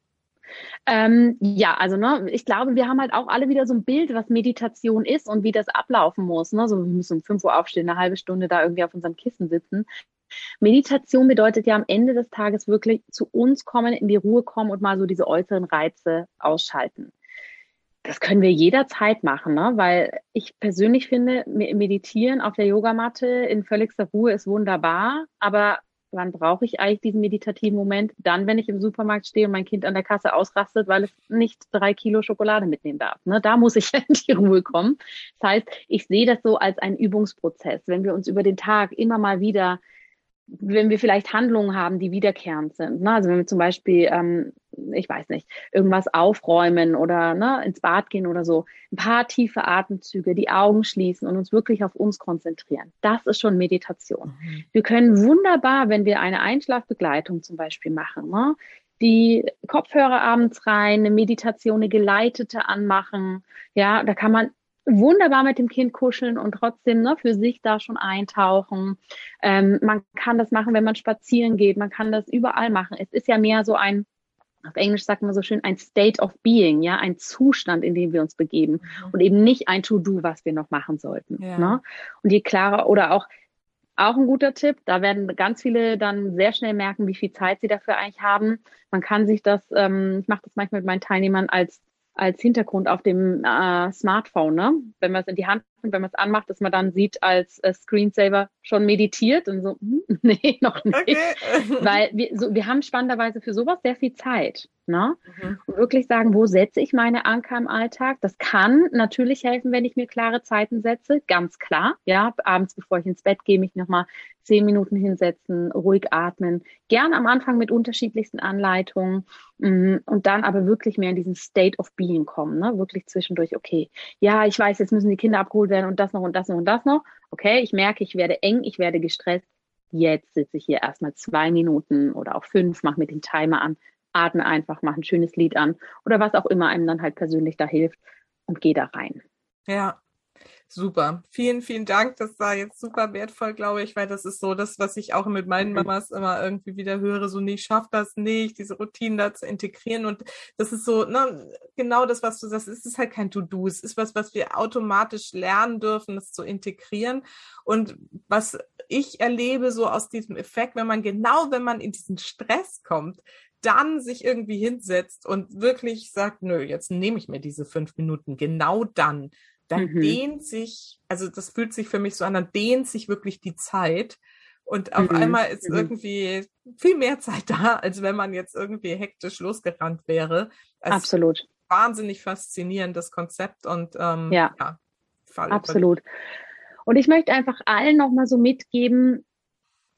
Ähm, ja, also ne, ich glaube, wir haben halt auch alle wieder so ein Bild, was Meditation ist und wie das ablaufen muss. Ne? So, wir müssen um fünf Uhr aufstehen, eine halbe Stunde da irgendwie auf unserem Kissen sitzen. Meditation bedeutet ja am Ende des Tages wirklich zu uns kommen, in die Ruhe kommen und mal so diese äußeren Reize ausschalten. Das können wir jederzeit machen, ne? Weil ich persönlich finde, meditieren auf der Yogamatte in völligster Ruhe ist wunderbar, aber wann brauche ich eigentlich diesen meditativen Moment? Dann, wenn ich im Supermarkt stehe und mein Kind an der Kasse ausrastet, weil es nicht drei Kilo Schokolade mitnehmen darf. Ne? Da muss ich in die Ruhe kommen. Das heißt, ich sehe das so als einen Übungsprozess. Wenn wir uns über den Tag immer mal wieder, wenn wir vielleicht Handlungen haben, die wiederkehrend sind. Ne? Also wenn wir zum Beispiel, ähm, ich weiß nicht, irgendwas aufräumen oder ne, ins Bad gehen oder so, ein paar tiefe Atemzüge, die Augen schließen und uns wirklich auf uns konzentrieren. Das ist schon Meditation. Mhm. Wir können wunderbar, wenn wir eine Einschlafbegleitung zum Beispiel machen, ne, die Kopfhörer abends rein, eine Meditation, eine geleitete anmachen. Ja, da kann man wunderbar mit dem Kind kuscheln und trotzdem ne, für sich da schon eintauchen. Ähm, man kann das machen, wenn man spazieren geht. Man kann das überall machen. Es ist ja mehr so ein, auf Englisch sagt man so schön, ein State of Being, ja, ein Zustand, in dem wir uns begeben mhm. und eben nicht ein To-Do, was wir noch machen sollten. Ja. Ne? Und je klarer oder auch Auch ein guter Tipp, da werden ganz viele dann sehr schnell merken, wie viel Zeit sie dafür eigentlich haben. Man kann sich das, ähm, ich mache das manchmal mit meinen Teilnehmern als als Hintergrund auf dem äh, Smartphone, ne? Wenn man es in die Hand nimmt, wenn man es anmacht, dass man dann sieht, als äh, Screensaver schon meditiert und so, hm, nee, noch nicht. Okay. Weil wir, so, wir haben spannenderweise für sowas sehr viel Zeit. Ne? Mhm. Und wirklich sagen, wo setze ich meine Anker im Alltag? Das kann natürlich helfen, wenn ich mir klare Zeiten setze, ganz klar. Ja, abends, bevor ich ins Bett gehe, mich nochmal zehn Minuten hinsetzen, ruhig atmen. Gern am Anfang mit unterschiedlichsten Anleitungen und dann aber wirklich mehr in diesen State of Being kommen. Ne? Wirklich zwischendurch, okay, ja, ich weiß, jetzt müssen die Kinder abgeholt werden und das noch und das noch und das noch. Okay, ich merke, ich werde eng, ich werde gestresst. Jetzt sitze ich hier erstmal zwei Minuten oder auch fünf, mache mir den Timer an, atme einfach, mach ein schönes Lied an oder was auch immer einem dann halt persönlich da hilft und geh da rein. Ja, super. Vielen, vielen Dank. Das war jetzt super wertvoll, glaube ich, weil das ist so das, was ich auch mit meinen Mamas immer irgendwie wieder höre, so, nee, ich schaff das nicht, diese Routinen da zu integrieren und das ist so, ne, genau das, was du sagst, es ist halt kein To-Do, es ist was, was wir automatisch lernen dürfen, das zu integrieren und was ich erlebe so aus diesem Effekt, wenn man genau, wenn man in diesen Stress kommt, dann sich irgendwie hinsetzt und wirklich sagt, nö, jetzt nehme ich mir diese fünf Minuten, genau dann, dann mhm. dehnt sich, also das fühlt sich für mich so an, dann dehnt sich wirklich die Zeit und auf mhm. einmal ist mhm. irgendwie viel mehr Zeit da, als wenn man jetzt irgendwie hektisch losgerannt wäre. Also absolut. Wahnsinnig faszinierend, das Konzept und ähm, ja, ja absolut. Und ich möchte einfach allen nochmal so mitgeben,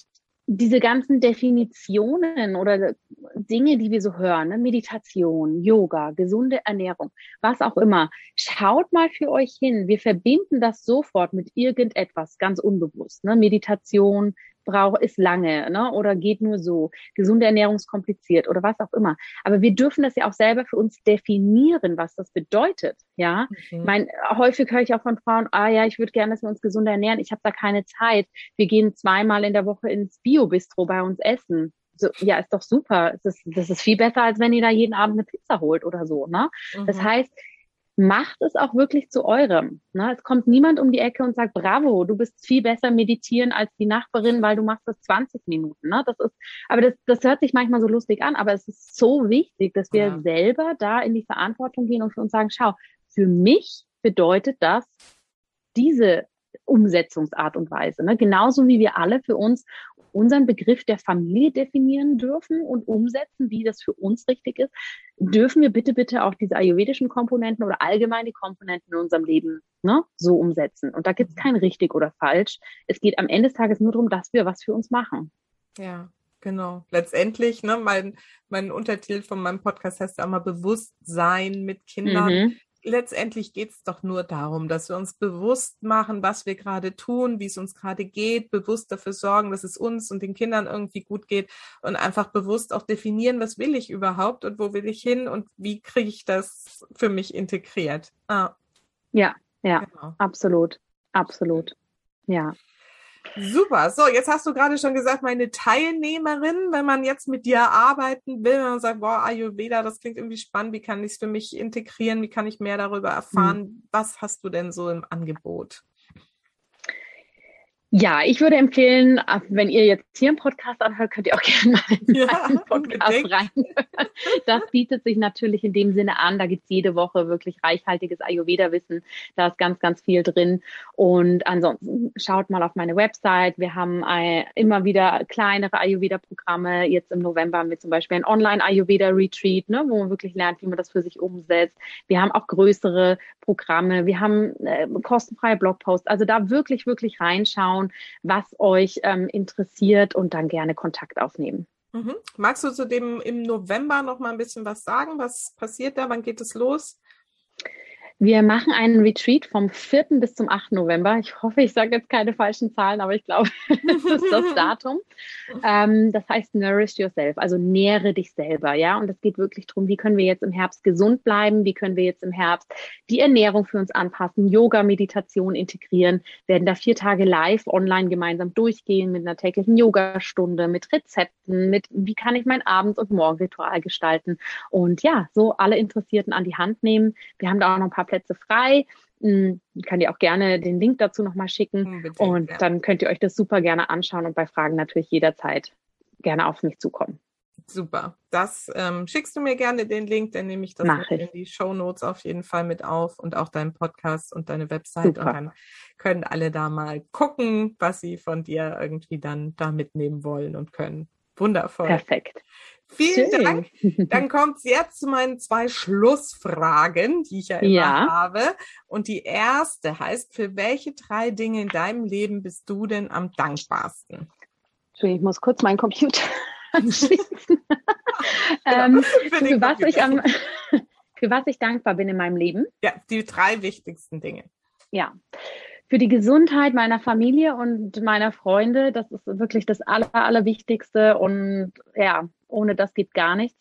diese ganzen Definitionen oder Dinge, die wir so hören, ne? Meditation, Yoga, gesunde Ernährung, was auch immer, schaut mal für euch hin. Wir verbinden das sofort mit irgendetwas, ganz unbewusst. Ne? Meditation braucht ist lange, ne? Oder geht nur so. Gesunde Ernährung ist kompliziert oder was auch immer. Aber wir dürfen das ja auch selber für uns definieren, was das bedeutet. Ja, mhm. Ich meine, häufig höre ich auch von Frauen, ah ja, ich würde gerne, dass wir uns gesund ernähren. Ich habe da keine Zeit. Wir gehen zweimal in der Woche ins Bio-Bistro bei uns essen. So, ja, ist doch super. Das ist, das ist viel besser, als wenn ihr da jeden Abend eine Pizza holt oder so. Ne? Mhm. Das heißt, macht es auch wirklich zu eurem. Ne? Es kommt niemand um die Ecke und sagt, bravo, du bist viel besser meditieren als die Nachbarin, weil du machst das zwanzig Minuten. Ne? Das ist, aber das, das hört sich manchmal so lustig an, aber es ist so wichtig, dass wir ja. selber da in die Verantwortung gehen und für uns sagen, schau, für mich bedeutet das diese Umsetzungsart und Weise. Ne? Genauso wie wir alle für uns unseren Begriff der Familie definieren dürfen und umsetzen, wie das für uns richtig ist, dürfen wir bitte, bitte auch diese ayurvedischen Komponenten oder allgemein die Komponenten in unserem Leben ne, so umsetzen. Und da gibt es kein richtig oder falsch. Es geht am Ende des Tages nur darum, dass wir was für uns machen. Ja, genau. Letztendlich, ne, mein, mein Untertitel von meinem Podcast heißt ja immer Bewusstsein mit Kindern. Mhm. Letztendlich geht es doch nur darum, dass wir uns bewusst machen, was wir gerade tun, wie es uns gerade geht, bewusst dafür sorgen, dass es uns und den Kindern irgendwie gut geht und einfach bewusst auch definieren, was will ich überhaupt und wo will ich hin und wie kriege ich das für mich integriert. Ah. Ja, ja, genau. absolut, absolut, ja. Super. So, jetzt hast du gerade schon gesagt, meine Teilnehmerin, wenn man jetzt mit dir arbeiten will, wenn man sagt, boah, Ayurveda, das klingt irgendwie spannend, wie kann ich es für mich integrieren, wie kann ich mehr darüber erfahren, hm. was hast du denn so im Angebot? Ja, ich würde empfehlen, wenn ihr jetzt hier einen Podcast anhört, könnt ihr auch gerne mal in ja, meinen Podcast unbedingt. rein. Das bietet sich natürlich in dem Sinne an. Da gibt's jede Woche wirklich reichhaltiges Ayurveda-Wissen. Da ist ganz, ganz viel drin. Und ansonsten schaut mal auf meine Website. Wir haben ein, immer wieder kleinere Ayurveda-Programme. Jetzt im November haben wir zum Beispiel ein Online-Ayurveda-Retreat, ne, wo man wirklich lernt, wie man das für sich umsetzt. Wir haben auch größere Programme. Wir haben äh, kostenfreie Blogposts. Also da wirklich, wirklich reinschauen, was euch ähm, interessiert und dann gerne Kontakt aufnehmen. Mhm. Magst du zu dem im November noch mal ein bisschen was sagen? Was passiert da? Wann geht es los? Wir machen einen Retreat vom vierten bis zum achten November. Ich hoffe, ich sage jetzt keine falschen Zahlen, aber ich glaube, das ist das Datum. Ähm, das heißt Nourish Yourself, also nähre dich selber, ja. Und es geht wirklich darum, wie können wir jetzt im Herbst gesund bleiben, wie können wir jetzt im Herbst die Ernährung für uns anpassen, Yoga, Meditation integrieren, werden da vier Tage live online gemeinsam durchgehen mit einer täglichen Yogastunde, mit Rezepten, mit wie kann ich mein Abend- und Morgenritual gestalten und ja, so alle Interessierten an die Hand nehmen. Wir haben da auch noch ein paar Plätze frei. Ich kann dir auch gerne den Link dazu nochmal schicken. Unbedingt, und ja. Dann könnt ihr euch das super gerne anschauen und bei Fragen natürlich jederzeit gerne auf mich zukommen. Super. Das ähm, schickst du mir gerne den Link, dann nehme ich das Mach ich. in die Shownotes auf jeden Fall mit auf und auch deinen Podcast und deine Website. Super. Und dann können alle da mal gucken, was sie von dir irgendwie dann da mitnehmen wollen und können. Wundervoll. Perfekt. Vielen Schön. Dank. Dann kommt es jetzt zu meinen zwei Schlussfragen, die ich ja immer ja. habe. Und die erste heißt, für welche drei Dinge in deinem Leben bist du denn am dankbarsten? Ich muss kurz meinen Computer anschließen. ähm, für, für, was ich am, für was ich dankbar bin in meinem Leben? Ja, die drei wichtigsten Dinge. Ja. Für die Gesundheit meiner Familie und meiner Freunde, das ist wirklich das Aller, Allerwichtigste und ja, ohne das geht gar nichts.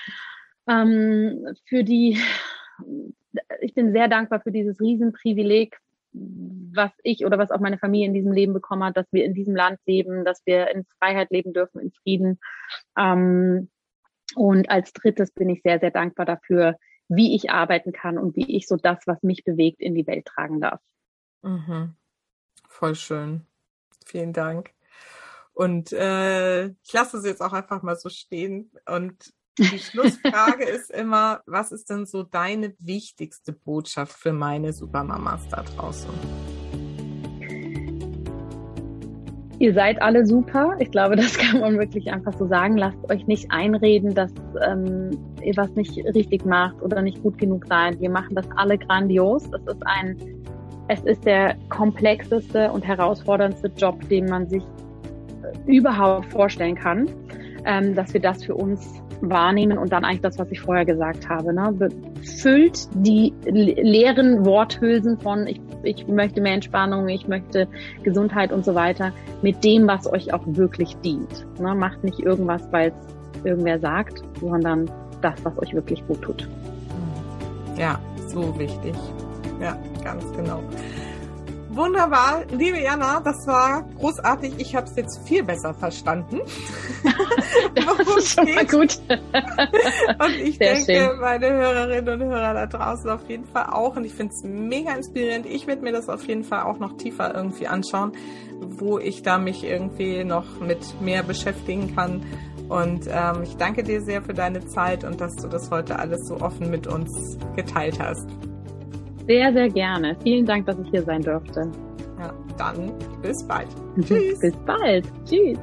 Ähm, für die, ich bin sehr dankbar für dieses Riesenprivileg, was ich oder was auch meine Familie in diesem Leben bekommen hat, dass wir in diesem Land leben, dass wir in Freiheit leben dürfen, in Frieden. Ähm, und als drittes bin ich sehr, sehr dankbar dafür, wie ich arbeiten kann und wie ich so das, was mich bewegt, in die Welt tragen darf. Mhm. Voll schön. Vielen Dank. Und äh, ich lasse es jetzt auch einfach mal so stehen. Und die Schlussfrage ist immer, was ist denn so deine wichtigste Botschaft für meine Supermamas da draußen? Ihr seid alle super. Ich glaube, das kann man wirklich einfach so sagen. Lasst euch nicht einreden, dass ähm, ihr was nicht richtig macht oder nicht gut genug seid. Wir machen das alle grandios. Es ist ein Es ist der komplexeste und herausforderndste Job, den man sich überhaupt vorstellen kann, ähm, dass wir das für uns wahrnehmen und dann eigentlich das, was ich vorher gesagt habe, ne? Füllt die leeren Worthülsen von ich, ich möchte mehr Entspannung, ich möchte Gesundheit und so weiter mit dem, was euch auch wirklich dient. Ne? Macht nicht irgendwas, weil es irgendwer sagt, sondern das, was euch wirklich gut tut. Ja, so wichtig. Ja, ganz genau. Wunderbar, liebe Jana, das war großartig. Ich habe es jetzt viel besser verstanden. Das ist schon mal gut. Und ich Sehr denke, schön. meine Hörerinnen und Hörer da draußen auf jeden Fall auch. Und ich finde es mega inspirierend. Ich werde mir das auf jeden Fall auch noch tiefer irgendwie anschauen, wo ich da mich irgendwie noch mit mehr beschäftigen kann. Und ähm, ich danke dir sehr für deine Zeit und dass du das heute alles so offen mit uns geteilt hast. Sehr, sehr gerne. Vielen Dank, dass ich hier sein durfte. Ja, dann bis bald. Tschüss. Bis bald. Tschüss.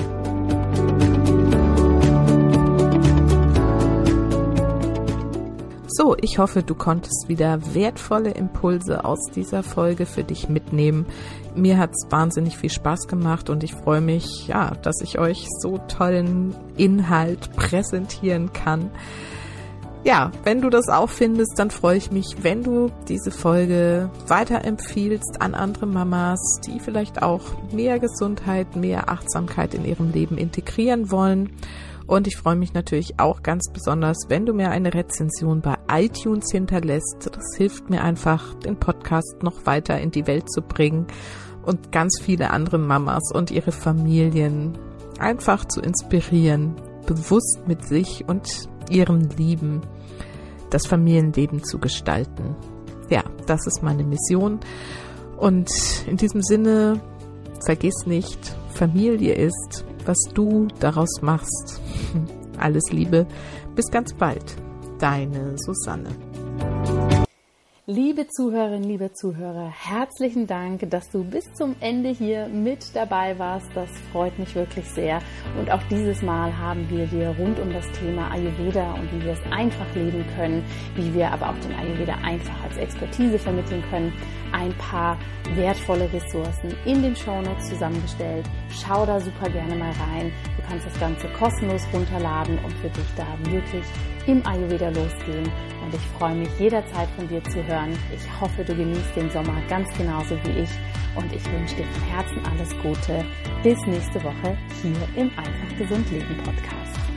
So, ich hoffe, du konntest wieder wertvolle Impulse aus dieser Folge für dich mitnehmen. Mir hat's wahnsinnig viel Spaß gemacht und ich freue mich, ja, dass ich euch so tollen Inhalt präsentieren kann. Ja, wenn du das auch findest, dann freue ich mich, wenn du diese Folge weiterempfiehlst an andere Mamas, die vielleicht auch mehr Gesundheit, mehr Achtsamkeit in ihrem Leben integrieren wollen. Und ich freue mich natürlich auch ganz besonders, wenn du mir eine Rezension bei iTunes hinterlässt. Das hilft mir einfach, den Podcast noch weiter in die Welt zu bringen und ganz viele andere Mamas und ihre Familien einfach zu inspirieren, bewusst mit sich und ihren Lieben das Familienleben zu gestalten. Ja, das ist meine Mission. Und in diesem Sinne, vergiss nicht, Familie ist, was du daraus machst. Alles Liebe, bis ganz bald. Deine Susanne. Liebe Zuhörerinnen, liebe Zuhörer, herzlichen Dank, dass du bis zum Ende hier mit dabei warst. Das freut mich wirklich sehr. Und auch dieses Mal haben wir dir rund um das Thema Ayurveda und wie wir es einfach leben können, wie wir aber auch den Ayurveda einfach als Expertise vermitteln können, ein paar wertvolle Ressourcen in den Shownotes zusammengestellt. Schau da super gerne mal rein. Du kannst das Ganze kostenlos runterladen und für dich da wirklich im Ayurveda losgehen. Und ich freue mich jederzeit von dir zu hören. Ich hoffe, du genießt den Sommer ganz genauso wie ich. Und ich wünsche dir von Herzen alles Gute. Bis nächste Woche hier im Einfach Gesund Leben Podcast.